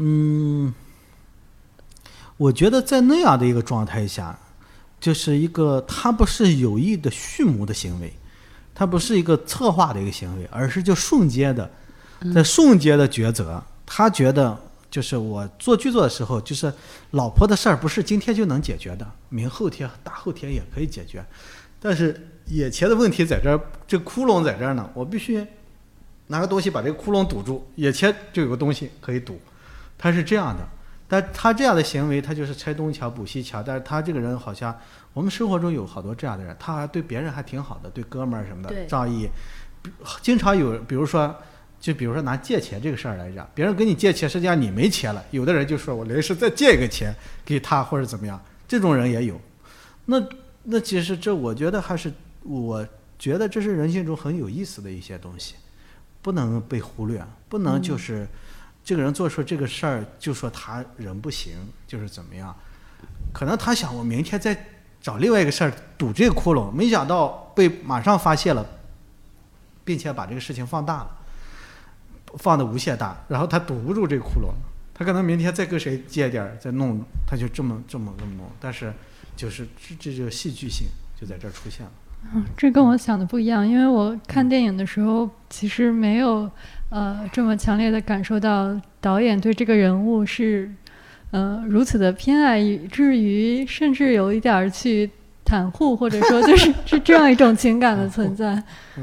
我觉得在那样的一个状态下，就是一个他不是有意的蓄谋的行为，他不是一个策划的一个行为，而是就瞬间的，在瞬间的抉择。他觉得就是我做剧作的时候，就是老婆的事儿不是今天就能解决的，明后天大后天也可以解决，但是眼前的问题在这儿，这窟窿在这儿呢，我必须拿个东西把这个窟窿堵住，眼前就有个东西可以堵。他是这样的，但他这样的行为，他就是拆东墙补西墙。但是他这个人好像我们生活中有好多这样的人，他还对别人还挺好的，对哥们儿什么的仗义。经常有，比如说拿借钱这个事儿来讲，别人给你借钱，实际上你没钱了，有的人就说我临时再借一个钱给他或者怎么样，这种人也有。那其实这我觉得这是人性中很有意思的一些东西，不能被忽略，不能就是这个人做出这个事儿就说他人不行，就是怎么样。可能他想我明天再找另外一个事儿堵这个窟窿，没想到被马上发现了，并且把这个事情放大了，放的无限大，然后他堵不住这个窟窿，他可能明天再跟谁借点再弄，他就这么弄。但是就是这就戏剧性就在这儿出现了。 这跟我想的不一样，因为我看电影的时候其实没有这么强烈的感受到导演对这个人物是如此的偏爱，以至于甚至有一点去袒护，或者说是这样一种情感的存在。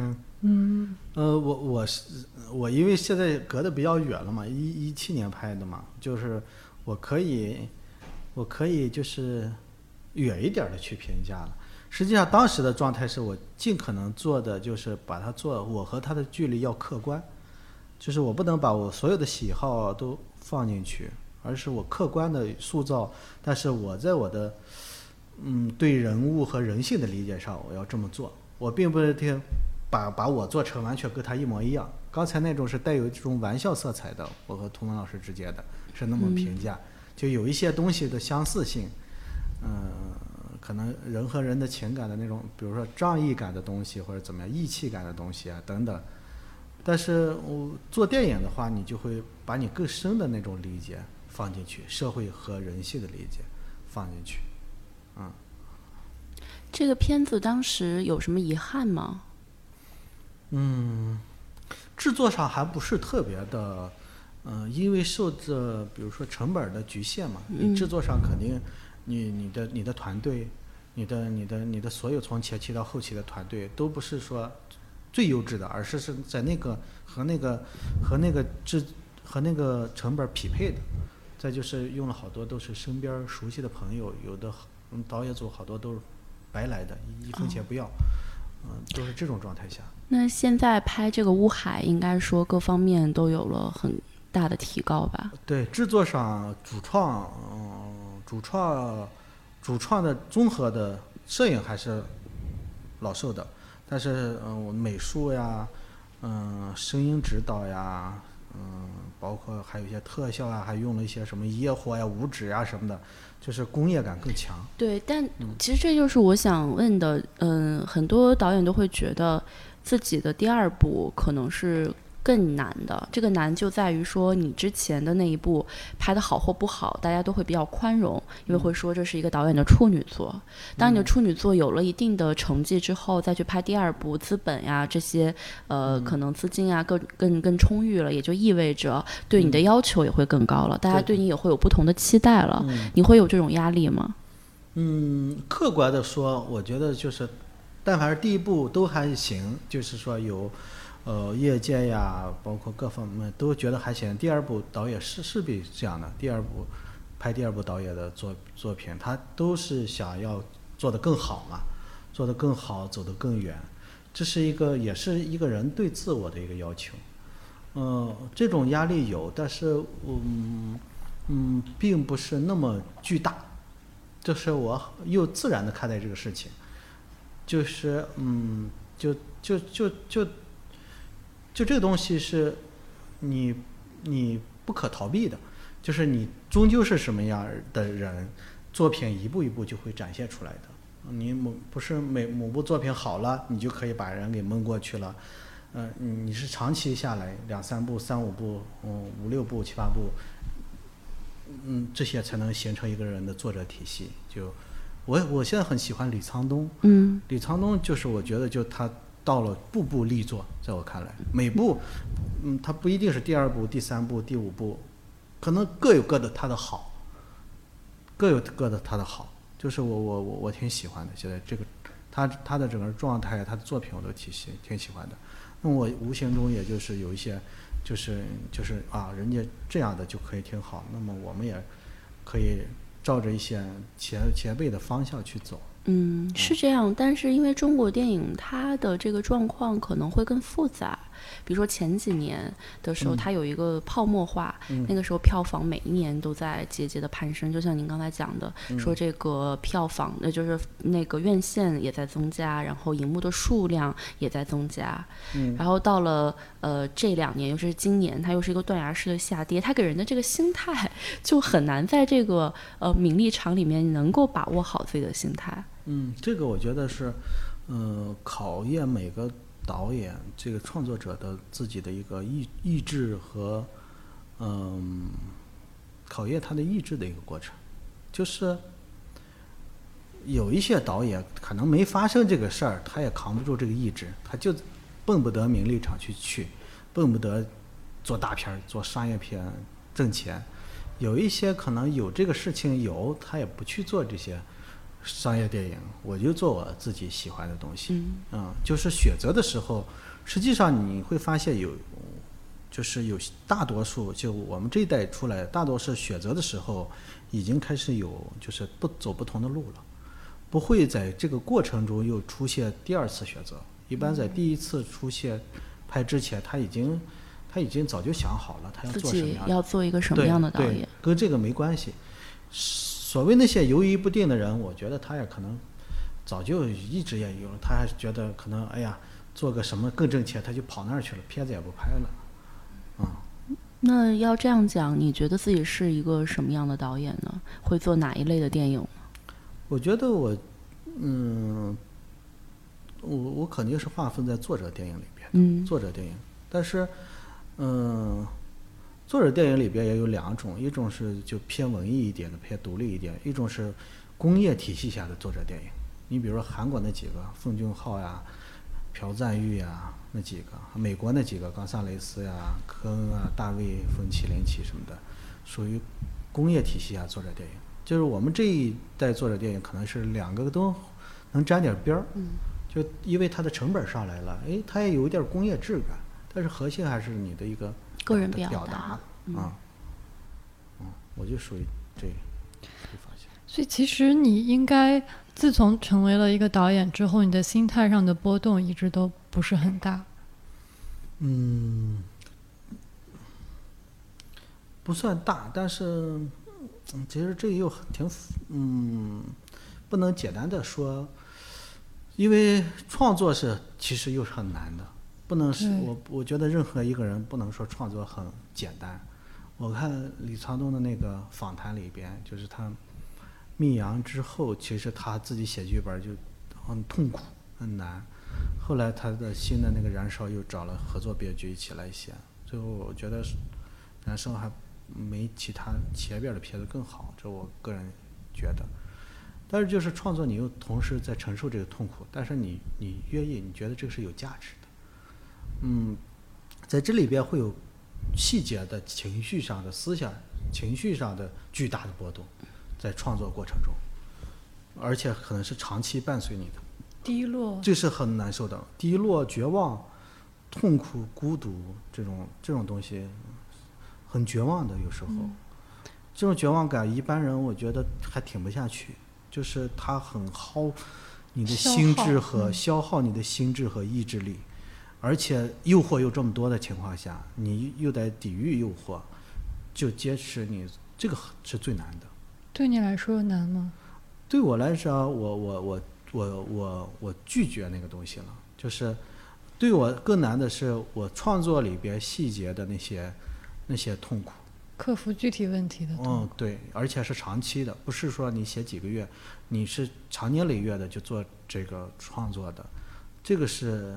我因为现在隔得比较远了嘛，17年拍的嘛，就是我可以就是远一点的去评价了。实际上当时的状态是我尽可能做的就是把它做我和他的距离要客观，就是我不能把我所有的喜好都放进去，而是我客观的塑造，但是我在我的对人物和人性的理解上我要这么做，我并不是把我做成完全跟他一模一样。刚才那种是带有这种玩笑色彩的，我和童文老师之间的是那么评价，就有一些东西的相似性，可能人和人的情感的那种，比如说仗义感的东西或者怎么样义气感的东西啊等等。但是我做电影的话，你就会把你更深的那种理解放进去，社会和人性的理解放进去。 这个片子当时有什么遗憾吗？ 制作上还不是特别的，因为受着比如说成本的局限嘛，你制作上肯定你的团队，你的所有从前期到后期的团队都不是说最优质的，而是在那个和那个成本匹配的。再就是用了好多都是身边熟悉的朋友，有的导演组好多都是白来的，一分钱不要，都是这种状态下。 那现在拍这个乌海，应该说各方面都有了很大的提高吧？对， 制作上主创的综合的摄影还是老寿的，但是美术呀，声音指导呀，包括还有一些特效啊，还用了一些什么野火呀、五指呀什么的，就是工业感更强。 对，但其实这就是我想问的，很多导演都会觉得自己的第二部可能是更难的，这个难就在于说你之前的那一部拍得好或不好，大家都会比较宽容，因为会说这是一个导演的处女作。当你的处女作有了一定的成绩之后，再去拍第二部，资本呀这些可能资金啊更充裕了，也就意味着对你的要求也会更高了，大家对你也会有不同的期待了。你会有这种压力吗？ 客观的说，我觉得就是但凡是第一部都还行，就是说有业界呀，包括各方面都觉得还行。第二部导演是必这样的，拍第二部导演的作品，他都是想要做得更好嘛，做得更好，走得更远。这是也是一个人对自我的一个要求。这种压力有，但是并不是那么巨大。就是我又自然的看待这个事情，就是就这个东西是你不可逃避的，就是你终究是什么样的人，作品一步一步就会展现出来的。你不是某部作品好了，你就可以把人给蒙过去了。你是长期下来2、3部、3、5部、5、6部、7、8部，这些才能形成一个人的作者体系。就我现在很喜欢李沧东，李沧东就是我觉得就他到了步步力作，在我看来，每部，他不一定是第2部、第3部、第5部，可能各有各的他的好，各有各的他的好。就是我挺喜欢的，现在这个他的整个状态，他的作品我都挺喜欢的。那我无形中也就是有一些，就是人家这样的就可以挺好，那么我们也可以照着一些前辈的方向去走。 是这样，但是因为中国电影它的这个状况可能会更复杂。比如说前几年的时候，它有一个泡沫化，那个时候票房每一年都在节节的攀升，就像您刚才讲的，说这个票房就是那个院线也在增加，然后荧幕的数量也在增加，然后到了这2年，尤其是今年，它又是一个断崖式的下跌，它给人的这个心态就很难在这个名利场里面能够把握好自己的心态。 这个我觉得是考验每个导演这个创作者的自己的一个意志和考验他的意志的一个过程。就是有一些导演可能没发生这个事儿，他也扛不住这个意志，他就奔不得名利场去，奔不得做大片做商业片挣钱。有一些可能有这个事情他也不去做这些商业电影，我就做我自己喜欢的东西。就是选择的时候，实际上你会发现就是有大多数，就我们这一代出来，大多数选择的时候已经开始就是走不同的路了，不会在这个过程中又出现第2次选择。一般在第1次出现拍之前，他已经早就想好了，他要做什么样的， 自己要做一个什么样的导演， 跟这个没关系。所谓那些犹豫不定的人，我觉得他也可能早就一直也有了，他还觉得可能做个什么更挣钱，他就跑那儿去了，片子也不拍了。 那要这样讲，你觉得自己是一个什么样的导演呢？会做哪一类的电影呢？ 我觉得我肯定是划分在作者电影里边，作者电影。但是作者电影里边也有2种，一种是就偏文艺一点的，偏独立一点，一种是工业体系下的作者电影。你比如说韩国那几个奉俊昊呀、朴赞郁呀那几个，美国那几个冈萨雷斯呀、科恩啊、大卫冯奇林奇什么的，属于工业体系下作者电影。就是我们这一代作者电影可能是2个都能沾点边儿，就因为它的成本上来了，它也有一点工业质感，但是核心还是你的一个个人表达。 我就属于这方向。 所以其实你应该自从成为了一个导演之后，你的心态上的波动一直都不是很大。 不算大，但是其实这又挺不能简单的说，因为创作其实又是很难的，不能是我觉得任何一个人不能说创作很简单。我看李沧东的那个访谈里边，就是他密阳之后，其实他自己写剧本就很痛苦很难，后来他的新的那个燃烧又找了合作编剧一起来写，最后我觉得燃烧还没其他前边的片子更好，这我个人觉得。但是就是创作你又同时在承受这个痛苦，但是你愿意，你觉得这个是有价值的。在这里边会有细节的情绪上的思想情绪上的巨大的波动，在创作过程中，而且可能是长期伴随你的低落， 这是很难受的。低落、绝望、痛苦、孤独，这种东西很绝望的。有时候这种绝望感一般人我觉得还挺不下去，就是它很耗你的心智和消耗你的心智和意志力，而且诱惑又这么多的情况下，你又得抵御诱惑，就坚持你，这个是最难的。 对你来说难吗？ 对我来说，我拒绝那个东西了。就是对我更难的是我创作里边细节的那些痛苦， 克服具体问题的。 对，而且是长期的，不是说你写几个月，你是长年累月的就做这个创作的，这个是，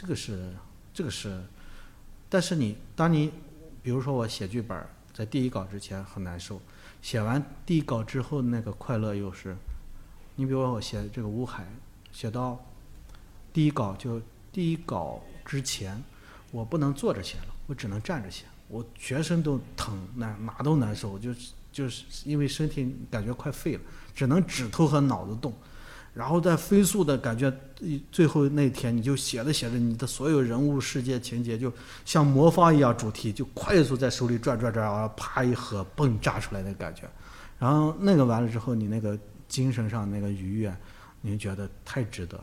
但是当你比如说我写剧本，在第一稿之前很难受，写完第一稿之后那个快乐又是，你比如说我写这个乌海，写到第一稿之前，我不能坐着写了，我只能站着写，我全身都疼，哪都难受，就是因为身体感觉快废了，只能指头和脑子动，然后再飞速的感觉，最后那天你就写着写着，你的所有人物世界情节就像魔方一样，主题就快速在手里转，啪一合，蹦炸出来的感觉。然后那个完了之后，你那个精神上那个愉悦，你就觉得太值得了。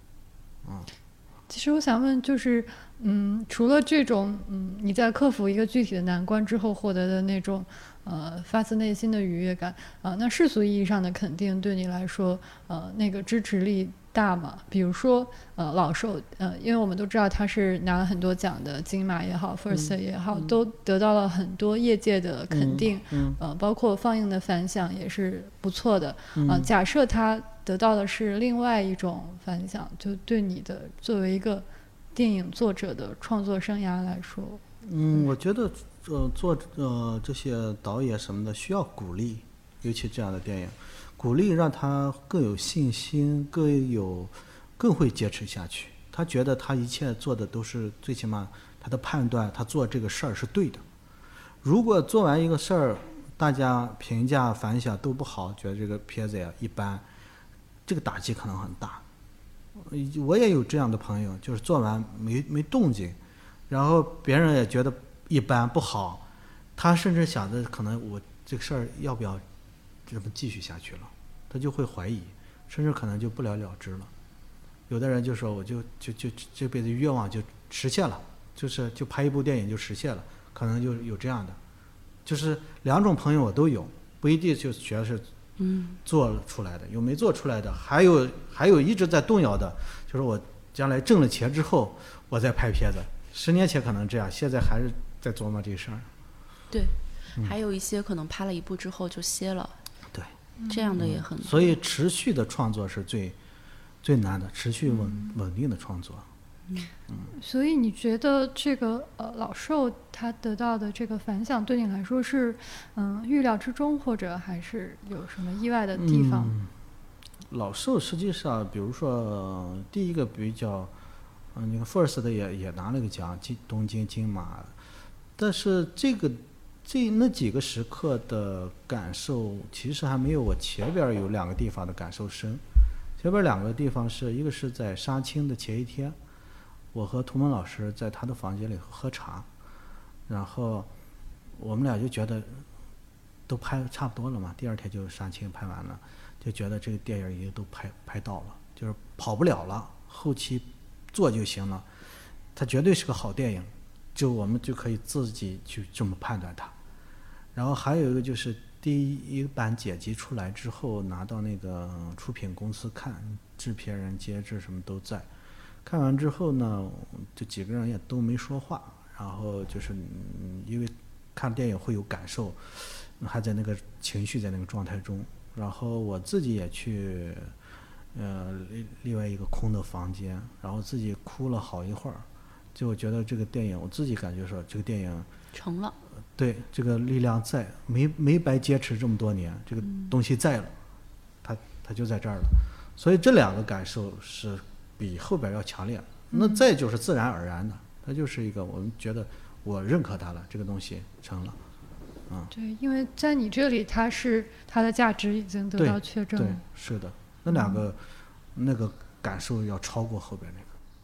其实我想问，就是除了这种你在克服一个具体的难关之后获得的那种发自内心的愉悦感那世俗意义上的肯定对你来说那个支持力大吗？比如说老寿因为我们都知道他是拿了很多奖的，金马也好 First 也好都得到了很多业界的肯定包括放映的反响也是不错的假设他得到的是另外一种反响，就对你的作为一个电影作者的创作生涯来说我觉得做这些导演什么的需要鼓励，尤其这样的电影，鼓励让他更有信心，更会坚持下去。他觉得他一切做的都是最起码他的判断，他做这个事儿是对的。如果做完一个事儿，大家评价反响都不好，觉得这个片子呀一般，这个打击可能很大。我也有这样的朋友，就是做完没动静，然后别人也觉得一般不好，他甚至想着可能我这个事儿要不要这么继续下去了，他就会怀疑，甚至可能就不了了之了。有的人就说我就这辈子愿望就实现了，就拍一部电影就实现了，可能就有这样的，就是两种朋友我都有，不一定就全是做出来的，有没做出来的，还有一直在动摇的，就是我将来挣了钱之后我再拍片子，10年前可能这样，现在还是在琢磨这事儿。 对，还有一些可能拍了一部之后就歇了， 对， 这样的也很多。 所以持续的创作是最难的，持续稳定的创作。 所以你觉得这个老寿他得到的这个反响对你来说是预料之中，或者还是有什么意外的地方？ 老寿实际上比如说第一个比较那个 First 的也拿了个奖，东京金马，但是那几个时刻的感受其实还没有我前边有2个地方的感受深。前边2个地方是一个是在杀青的前一天，我和涂蒙老师在他的房间里喝茶，然后我们俩就觉得都拍差不多了嘛，第2天就杀青拍完了，就觉得这个电影已经都拍到了，就是跑不了了，后期做就行了，它绝对是个好电影，就我们就可以自己去这么判断它。然后还有一个就是第一版剪辑出来之后拿到那个出品公司看，制片人监制什么都在，看完之后呢这几个人也都没说话，然后就是因为看电影会有感受，还在那个情绪在那个状态中，然后我自己也去另外一个空的房间，然后自己哭了好一会儿，就我觉得这个电影我自己感觉说这个电影成了， 对，这个力量在，没白坚持这么多年，这个东西在了，它就在这儿了，所以这2个感受是比后边要强烈。那再就是自然而然的，它就是一个我们觉得我认可它了，这个东西成了。 对，因为在你这里它的价值已经得到确证了。 对，是的，那2个那个感受要超过后边那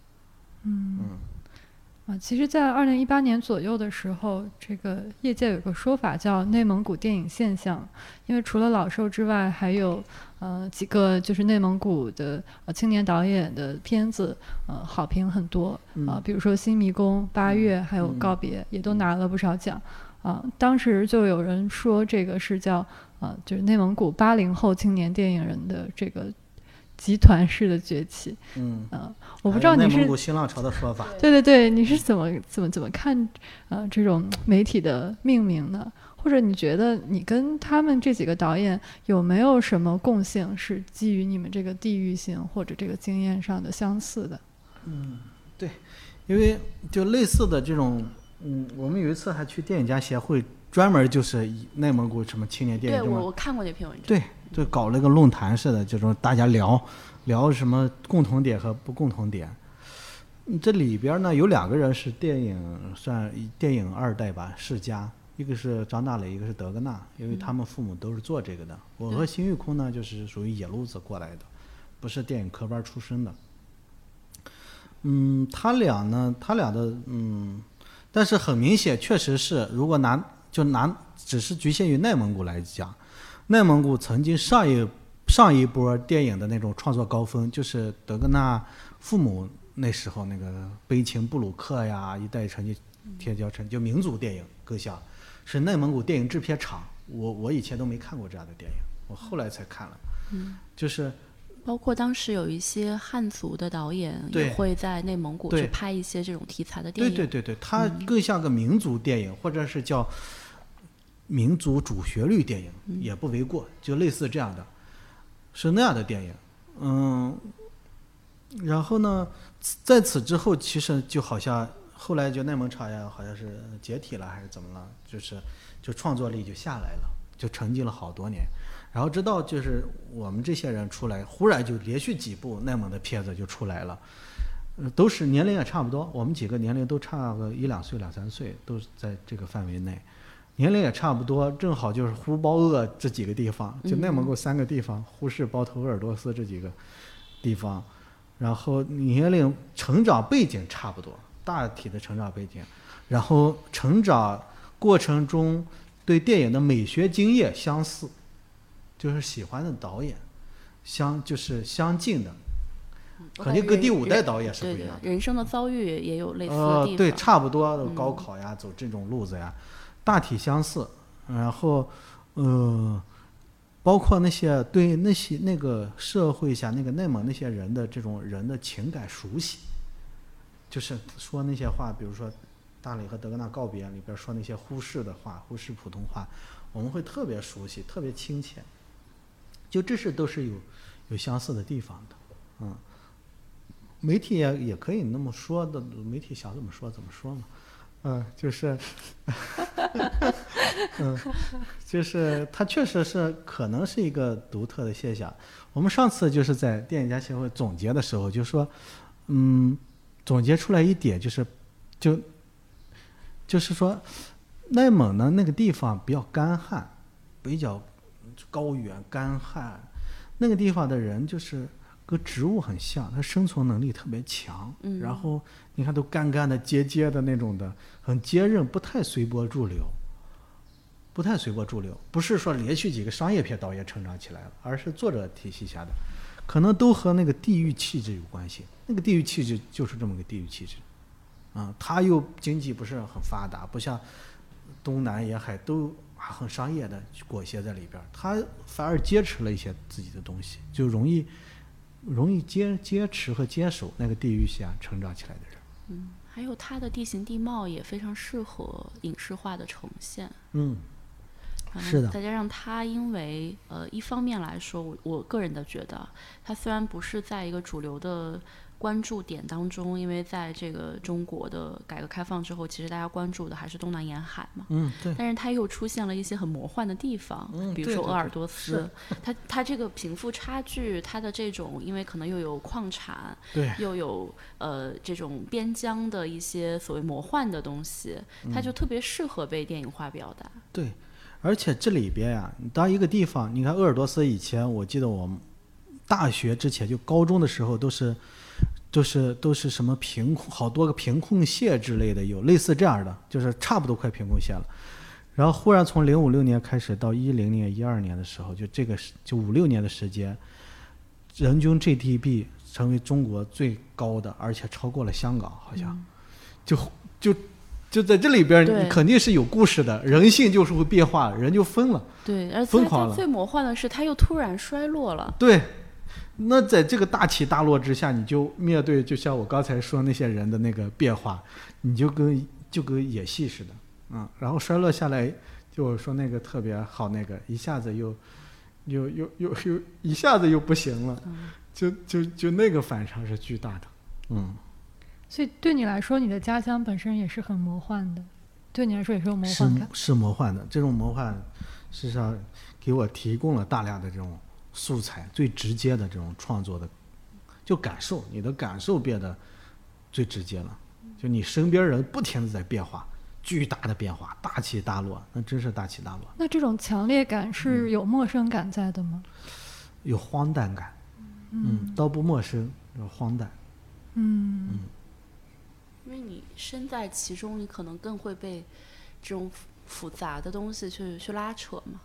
个。 其实在2018年左右的时候，这个业界有个说法叫内蒙古电影现象，因为除了老寿之外还有几个就是内蒙古的青年导演的片子好评很多比如说新迷宫、8月还有告别也都拿了不少奖当时就有人说这个是叫就是内蒙古80后青年电影人的这个集团式的崛起。我不知道你是内蒙古新浪潮的说法。 对，你是怎么看这种媒体的命名呢？ 或者你觉得你跟他们这几个导演有没有什么共性是基于你们这个地域性或者这个经验上的相似的？ 对，因为就类似的这种，我们有一次还去电影家协会，专门就是以内蒙古什么青年电影， 对，我看过那篇文章。 对，就搞了个论坛似的，这种大家聊什么共同点和不共同点。这里边呢有2个人是算电影2代吧，世家，一个是张大磊，一个是德格纳，因为他们父母都是做这个的。我和辛玉空呢就是属于野路子过来的，不是电影科班出身的。他俩的但是很明显，确实是如果只是局限于内蒙古来讲，内蒙古曾经上一波电影的那种创作高峰，就是德格纳父母那时候那个《悲情布鲁克》呀，《一代成就铁脚城》，就民族电影各项，是内蒙古电影制片厂。我以前都没看过这样的电影，我后来才看了。就是包括当时有一些汉族的导演也会在内蒙古去拍一些这种题材的电影。 对，它更像个民族电影，或者是叫民族主旋律电影，也不为过，就类似这样的，是那样的电影。然后呢，在此之后，其实就好像后来就内蒙茶呀，好像是解体了还是怎么了，就创作力就下来了，就沉寂了好多年。然后直到就是我们这些人出来，忽然就连续几部内蒙的片子就出来了，都是年龄也差不多，我们几个年龄都差个1-2岁、2-3岁，都是在这个范围内，年龄也差不多，正好就是呼包鄂这几个地方，就内蒙古3个地方，呼市、包头、鄂尔多斯这几个地方，然后年龄、成长背景差不多，大体的成长背景，然后成长过程中对电影的美学经验相似。就是喜欢的导演就是相近的，肯定跟第5代导演是不一样的。 对，人生的遭遇也有类似的地方。 对，差不多，高考呀，走这种路子呀，大体相似。然后包括那些对那个社会下那个内蒙那些人的这种人的情感熟悉，就是说那些话，比如说大磊和德格纳告别里边说那些呼市的话，呼市普通话，我们会特别熟悉，特别亲切。就这都是有相似的地方的。媒体也可以那么说的，媒体想怎么说怎么说嘛。就是就是它确实是可能是一个独特的现象。我们上次就是在电影家协会总结的时候就说，总结出来一点就是说内蒙的那个地方比较干旱，比较高原干旱，那个地方的人就是跟植物很像，他生存能力特别强。然后你看都干干的、结结的那种的，很坚韧，不太随波逐流。不是说连续几个商业片导演成长起来了，而是作者体系下的，可能都和那个地域气质有关系。那个地域气质就是这么个地域气质。它又经济不是很发达，不像东南沿海都很商业的裹挟在里边，他反而坚持了一些自己的东西，就容易坚持和坚守那个地域下成长起来的人。 还有它的地形地貌也非常适合影视化的呈现。 是的。 再加上它因为一方面来说，我个人的觉得，它虽然不是在一个主流的关注点当中，因为在这个中国的改革开放之后，其实大家关注的还是东南沿海嘛。 对。 但是它又出现了一些很魔幻的地方，比如说鄂尔多斯，它这个贫富差距，它的这种因为可能又有矿产， 对， 又有这种边疆的一些所谓魔幻的东西，它就特别适合被电影化表达。 对，而且这里边呀，你到一个地方，你看鄂尔多斯以前，我记得我们大学之前就高中的时候都是什么好多个贫困县之类的，有类似这样的，就是差不多快贫困县了。然后忽然从056年开始到10年、12年的时候，就5-6年的时间，人均 GDP 成为中国最高的，而且超过了香港，好像就在这里边，你肯定是有故事的，人性就是会变化，人就疯了， 对，而疯狂了。 最魔幻的是，它又突然衰落了。 对。那在这个大起大落之下，你就面对就像我刚才说那些人的那个变化，你就跟演戏似的，然后衰落下来， 就我说那个特别好，那个一下子又一下子又不行了，就那个反差是巨大的。 所以对你来说，你的家乡本身也是很魔幻的，对你来说也是有魔幻感。 是魔幻的，这种魔幻事实上给我提供了大量的这种素材，最直接的这种创作的，就感受，你的感受变得最直接了，就你身边人不停的在变化，巨大的变化，大起大落，那真是大起大落。 那这种强烈感是有陌生感在的吗？ 有荒诞感，倒不陌生，有荒诞。 因为你身在其中，你可能更会被这种复杂的东西去拉扯嘛。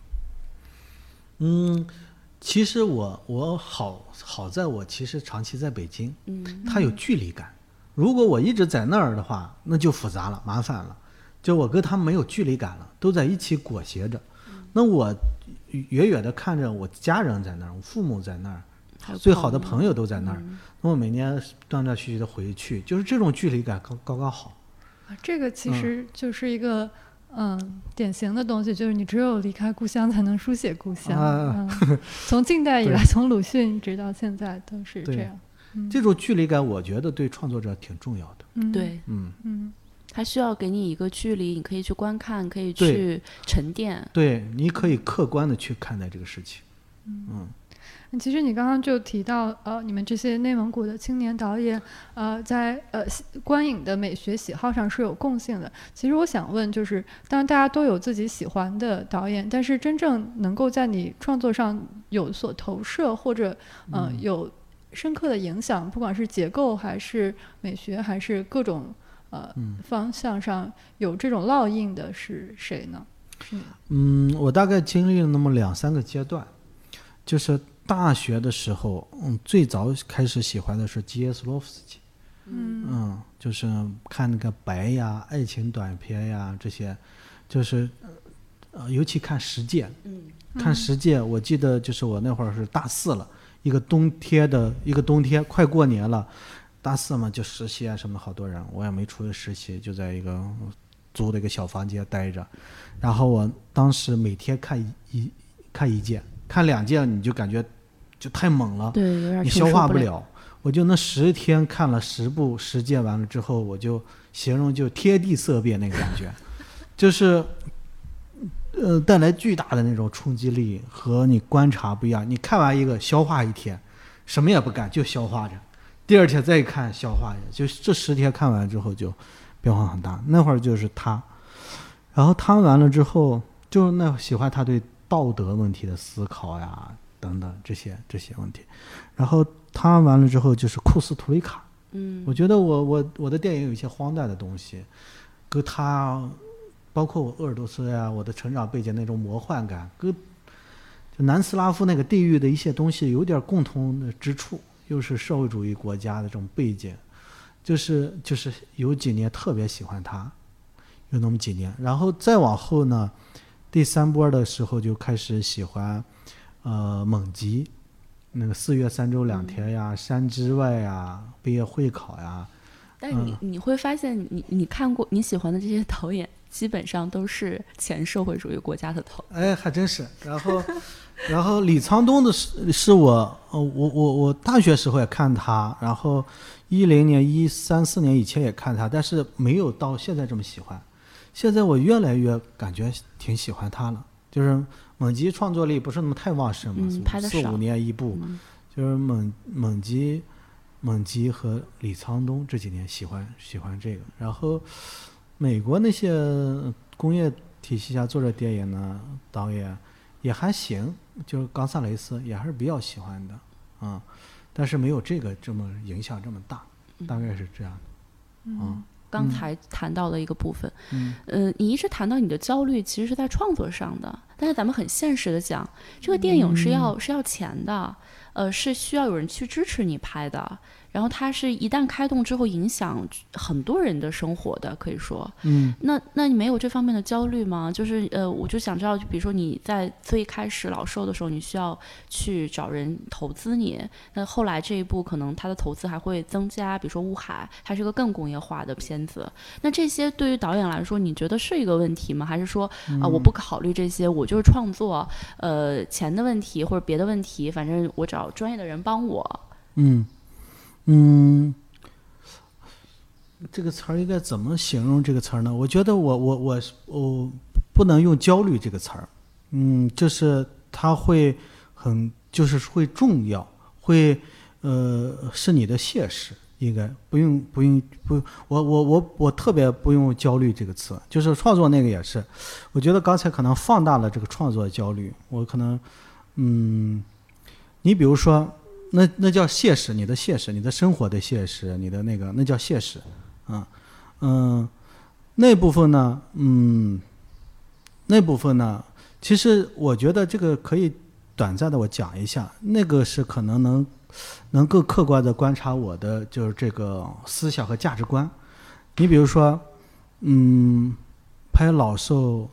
其实我好在我其实长期在北京，它有距离感。如果我一直在那儿的话，那就复杂了，麻烦了。就我跟他们没有距离感了，都在一起裹挟着。那我远远的看着我家人在那儿，我父母在那儿，最好的朋友都在那儿。那我每年断断续续的回去，就是这种距离感刚刚好。 这个其实就是一个典型的东西，就是你只有离开故乡才能书写故乡。从近代以来，从鲁迅直到现在都是这样。 这种距离感，我觉得对创作者挺重要的。 对，它需要给你一个距离，你可以去观看，可以去沉淀。 对，你可以客观的去看待这个事情。 其实你刚刚就提到，你们这些内蒙古的青年导演，在观影的美学喜好上是有共性的。其实我想问，就是当然大家都有自己喜欢的导演，但是真正能够在你创作上有所投射，或者有深刻的影响，不管是结构还是美学还是各种方向上有这种烙印的是谁呢？是你？ 我大概经历了那么2-3个阶段，就是大学的时候，最早开始喜欢的是基耶斯洛夫斯基，就是看那个白呀、爱情短片呀这些，就是尤其看十戒，看十戒，我记得就是我那会儿是大4了，一个冬天快过年了，大4嘛就实习啊什么的，好多人，我也没出去实习，就在一个租的一个小房间待着，然后我当时每天看一戒，看2戒你就感觉就太猛了， 对，有点你消化不了。我就那10天看了10部10戒完了之后，我就形容就天地色变那个感觉，就是带来巨大的那种冲击力和你观察不一样。你看完一个消化1天，什么也不干就消化着，第2天再看消化着，就这10天看完之后就变化很大。那会儿就是他，然后他完了之后，就那喜欢他对道德问题的思考呀等等这些问题。然后他完了之后就是库斯图里卡，我觉得我的电影有一些荒诞的东西，跟他包括我鄂尔多斯呀，我的成长背景那种魔幻感，跟就南斯拉夫那个地域的一些东西有点共同的之处，又是社会主义国家的这种背景，就是有几年特别喜欢他，有那么几年，然后再往后呢，第3波的时候就开始喜欢蒙吉，那个4月3周2天呀，山之外呀，毕业会考呀。 但是你会发现你看过你喜欢的这些导演基本上都是前社会主义国家的导演。 还真是。然后李沧东的是我大学时候也看他，然后10年13、14年以前也看他，但是没有到现在这么喜欢。现在我越来越感觉挺喜欢他了，就是蒙吉创作力不是那么太旺盛嘛， 拍得少 4-5年一部，就是蒙吉和李沧东这几年喜欢这个。然后美国那些工业体系下做的电影呢，导演也还行，就是冈萨雷斯也还是比较喜欢的但是没有这个这么影响这么大，大概是这样的。 刚才谈到的一个部分，你一直谈到你的焦虑其实是在创作上的， 但是咱们很现实的讲，这个电影是要钱的，是需要有人去支持你拍的。然后它是一旦开动之后影响很多人的生活的，可以说，那你没有这方面的焦虑吗？就是我就想知道，比如说你在最开始老兽的时候，你需要去找人投资你，那后来这一步可能它的投资还会增加，比如说乌海，它是个更工业化的片子，那这些对于导演来说，你觉得是一个问题吗？还是说我不考虑这些，我就是创作，钱的问题或者别的问题，反正我找专业的人帮我。 这个词儿应该怎么形容这个词儿呢？我觉得我不能用焦虑这个词儿，就是它会就是会重要，会是你的现实，应该不用，我特别不用焦虑这个词，就是创作那个也是，我觉得刚才可能放大了这个创作焦虑，我可能你比如说。那叫现实，你的现实，你的生活的现实，你的那叫现实，那部分呢，其实我觉得这个可以短暂的我讲一下，那个是可能能更客观的观察我的就是这个思想和价值观。你比如说，拍老兽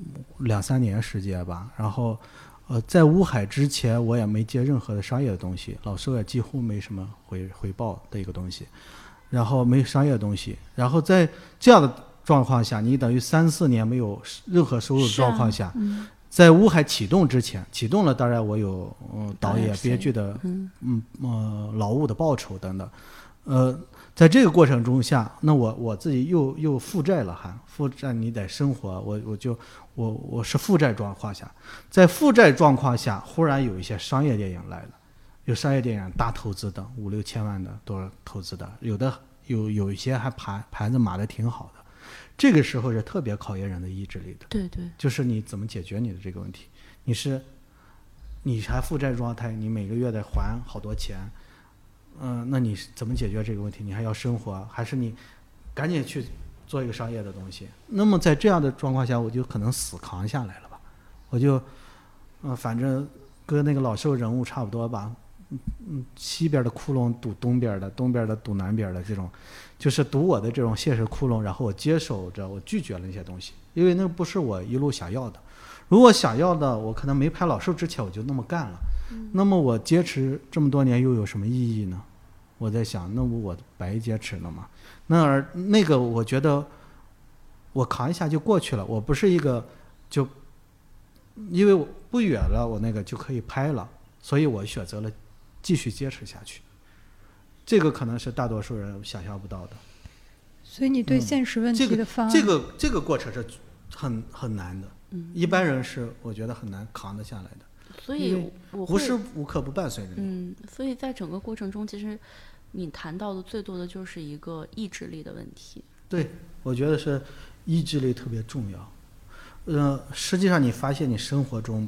2-3年时间吧，然后。在乌海之前，我也没接任何的商业的东西，老兽也几乎没什么回报的一个东西，然后没商业的东西，然后在这样的状况下，你等于3-4年没有任何收入的状况下，在乌海启动之前，启动了，当然我有导演、编剧的劳务的报酬等等，在这个过程中下，那我自己又负债了，负债你得生活，我是负债状况下，在负债状况下，忽然有一些商业电影来了，有商业电影大投资的5-6千万的多少投资的，有一些还盘子码的挺好的，这个时候是特别考验人的意志力的。 对对， 就是你怎么解决你的这个问题，你还负债状态，你每个月得还好多钱。那你怎么解决这个问题？你还要生活，还是你赶紧去做一个商业的东西？那么在这样的状况下，我就可能死扛下来了吧？我就，反正跟那个老兽人物差不多吧。西边的窟窿堵东边的，东边的堵南边的，这种，就是堵我的这种现实窟窿，然后我接受着，我拒绝了那些东西，因为那不是我一路想要的。如果想要的，我可能没拍老兽之前我就那么干了。那么我坚持这么多年又有什么意义呢？我在想，那我白坚持了吗？那个我觉得我扛一下就过去了，我不是一个就因为我不远了，我那个就可以拍了，所以我选择了继续坚持下去。这个可能是大多数人想象不到的。 所以你对现实问题的方案， 这个过程是很难的，一般人是我觉得很难扛得下来的。 所以我无时无刻不伴随着你。 所以在整个过程中，其实你谈到的最多的就是一个意志力的问题。 对，我觉得是意志力特别重要。实际上你发现你生活中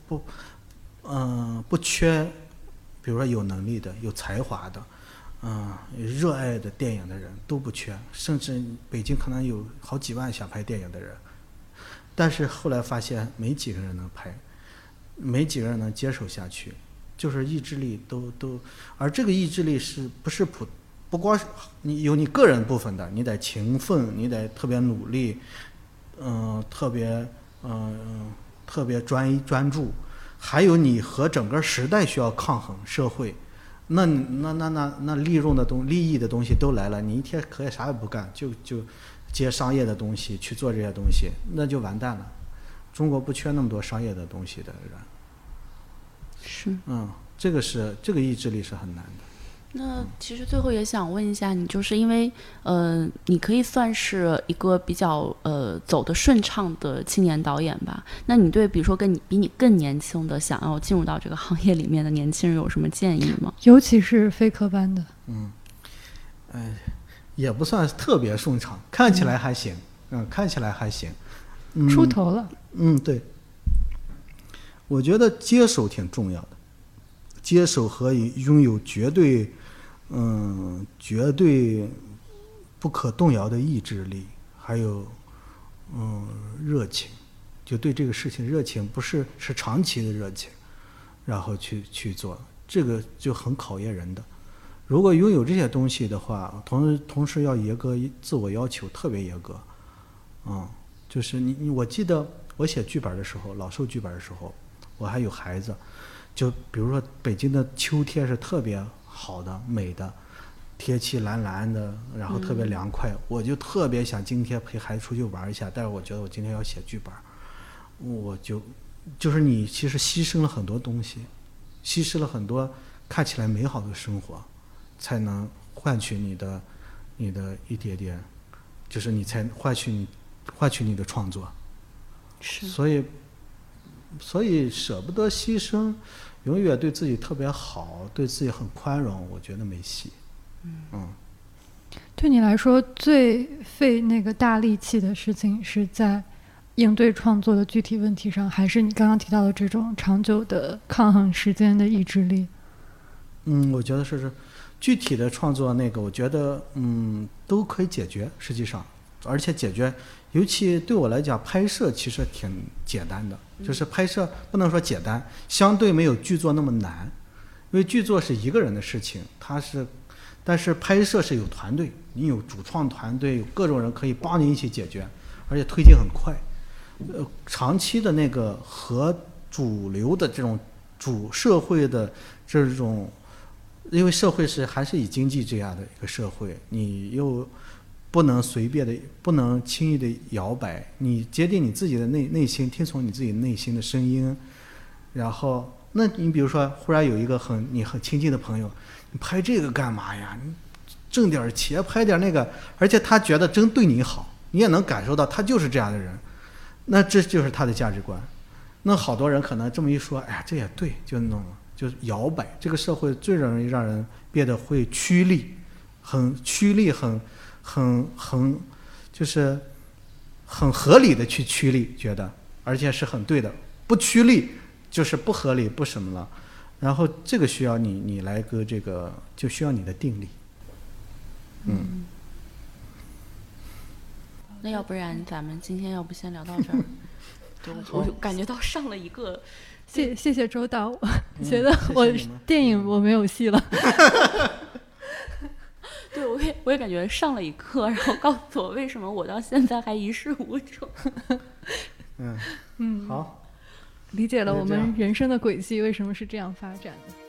不缺，比如说有能力的、有才华的，热爱的电影的人都不缺，甚至北京可能有好几万想拍电影的人，但是后来发现没几个人能拍。没几个人能接受下去，就是意志力都，而这个意志力是不是不光是你有你个人部分的，你得勤奋，你得特别努力，特别专注，还有你和整个时代需要抗衡社会，那利益的东西都来了，你一天可以啥也不干，就接商业的东西去做这些东西，那就完蛋了。中国不缺那么多商业的东西的人， 是， 这个意志力是很难的。 那其实最后也想问一下你，就是因为你可以算是一个比较走得顺畅的青年导演吧？那你对比如说比你更年轻的想要进入到这个行业里面的年轻人有什么建议吗？ 尤其是非科班的。 也不算特别顺畅，看起来还行，看起来还行。 出头了。 对，我觉得接手挺重要的，接手和拥有绝对不可动摇的意志力，还有热情， 就对这个事情热情，不是长期的热情，然后去做，这个就很考验人的。如果拥有这些东西的话，同时要严格自我要求，特别严格。就是我记得我写剧本的时候，老寿剧本的时候，我还有孩子，就比如说北京的秋天是特别好的、美的，天气蓝蓝的，然后特别凉快，我就特别想今天陪孩子出去玩一下，但是我觉得我今天要写剧本，我就是你其实牺牲了很多东西，牺牲了很多看起来美好的生活，才能换取你的一点点，就是你才换取你的创作。 是， 所以舍不得牺牲，永远对自己特别好，对自己很宽容，我觉得没戏。 对你来说最费那个大力气的事情是在应对创作的具体问题上，还是你刚刚提到的这种长久的抗衡时间的意志力？ 我觉得是具体的创作那个，我觉得都可以解决，实际上，而且解决，尤其对我来讲，拍摄其实挺简单的，就是拍摄不能说简单，相对没有剧作那么难，因为剧作是一个人的事情，但是拍摄是有团队，你有主创团队，有各种人可以帮你一起解决，而且推进很快。长期的那个和主流的这种主社会的这种，因为社会还是以经济这样的一个社会，你又不能随便的，不能轻易的摇摆，你坚定你自己的内心，听从你自己内心的声音。然后，那你比如说，忽然有一个你很亲近的朋友，你拍这个干嘛呀？你挣点钱，拍点那个，而且他觉得真对你好，你也能感受到他就是这样的人，那这就是他的价值观。那好多人可能这么一说，哎呀，这也对，就弄了，就摇摆。这个社会最容易让人变得会趋利，很就是很合理的去趋利，觉得而且是很对的。不趋利就是不合理，不什么了。然后这个需要你来个这个，就需要你的定力。 那要不然咱们今天要不先聊到这儿？我感觉到上了一个。 谢谢周导，我觉得我电影我没有戏了。 对，我也感觉上了一课，然后告诉我为什么我到现在还一事无成。 好， 理解了我们人生的轨迹为什么是这样发展的。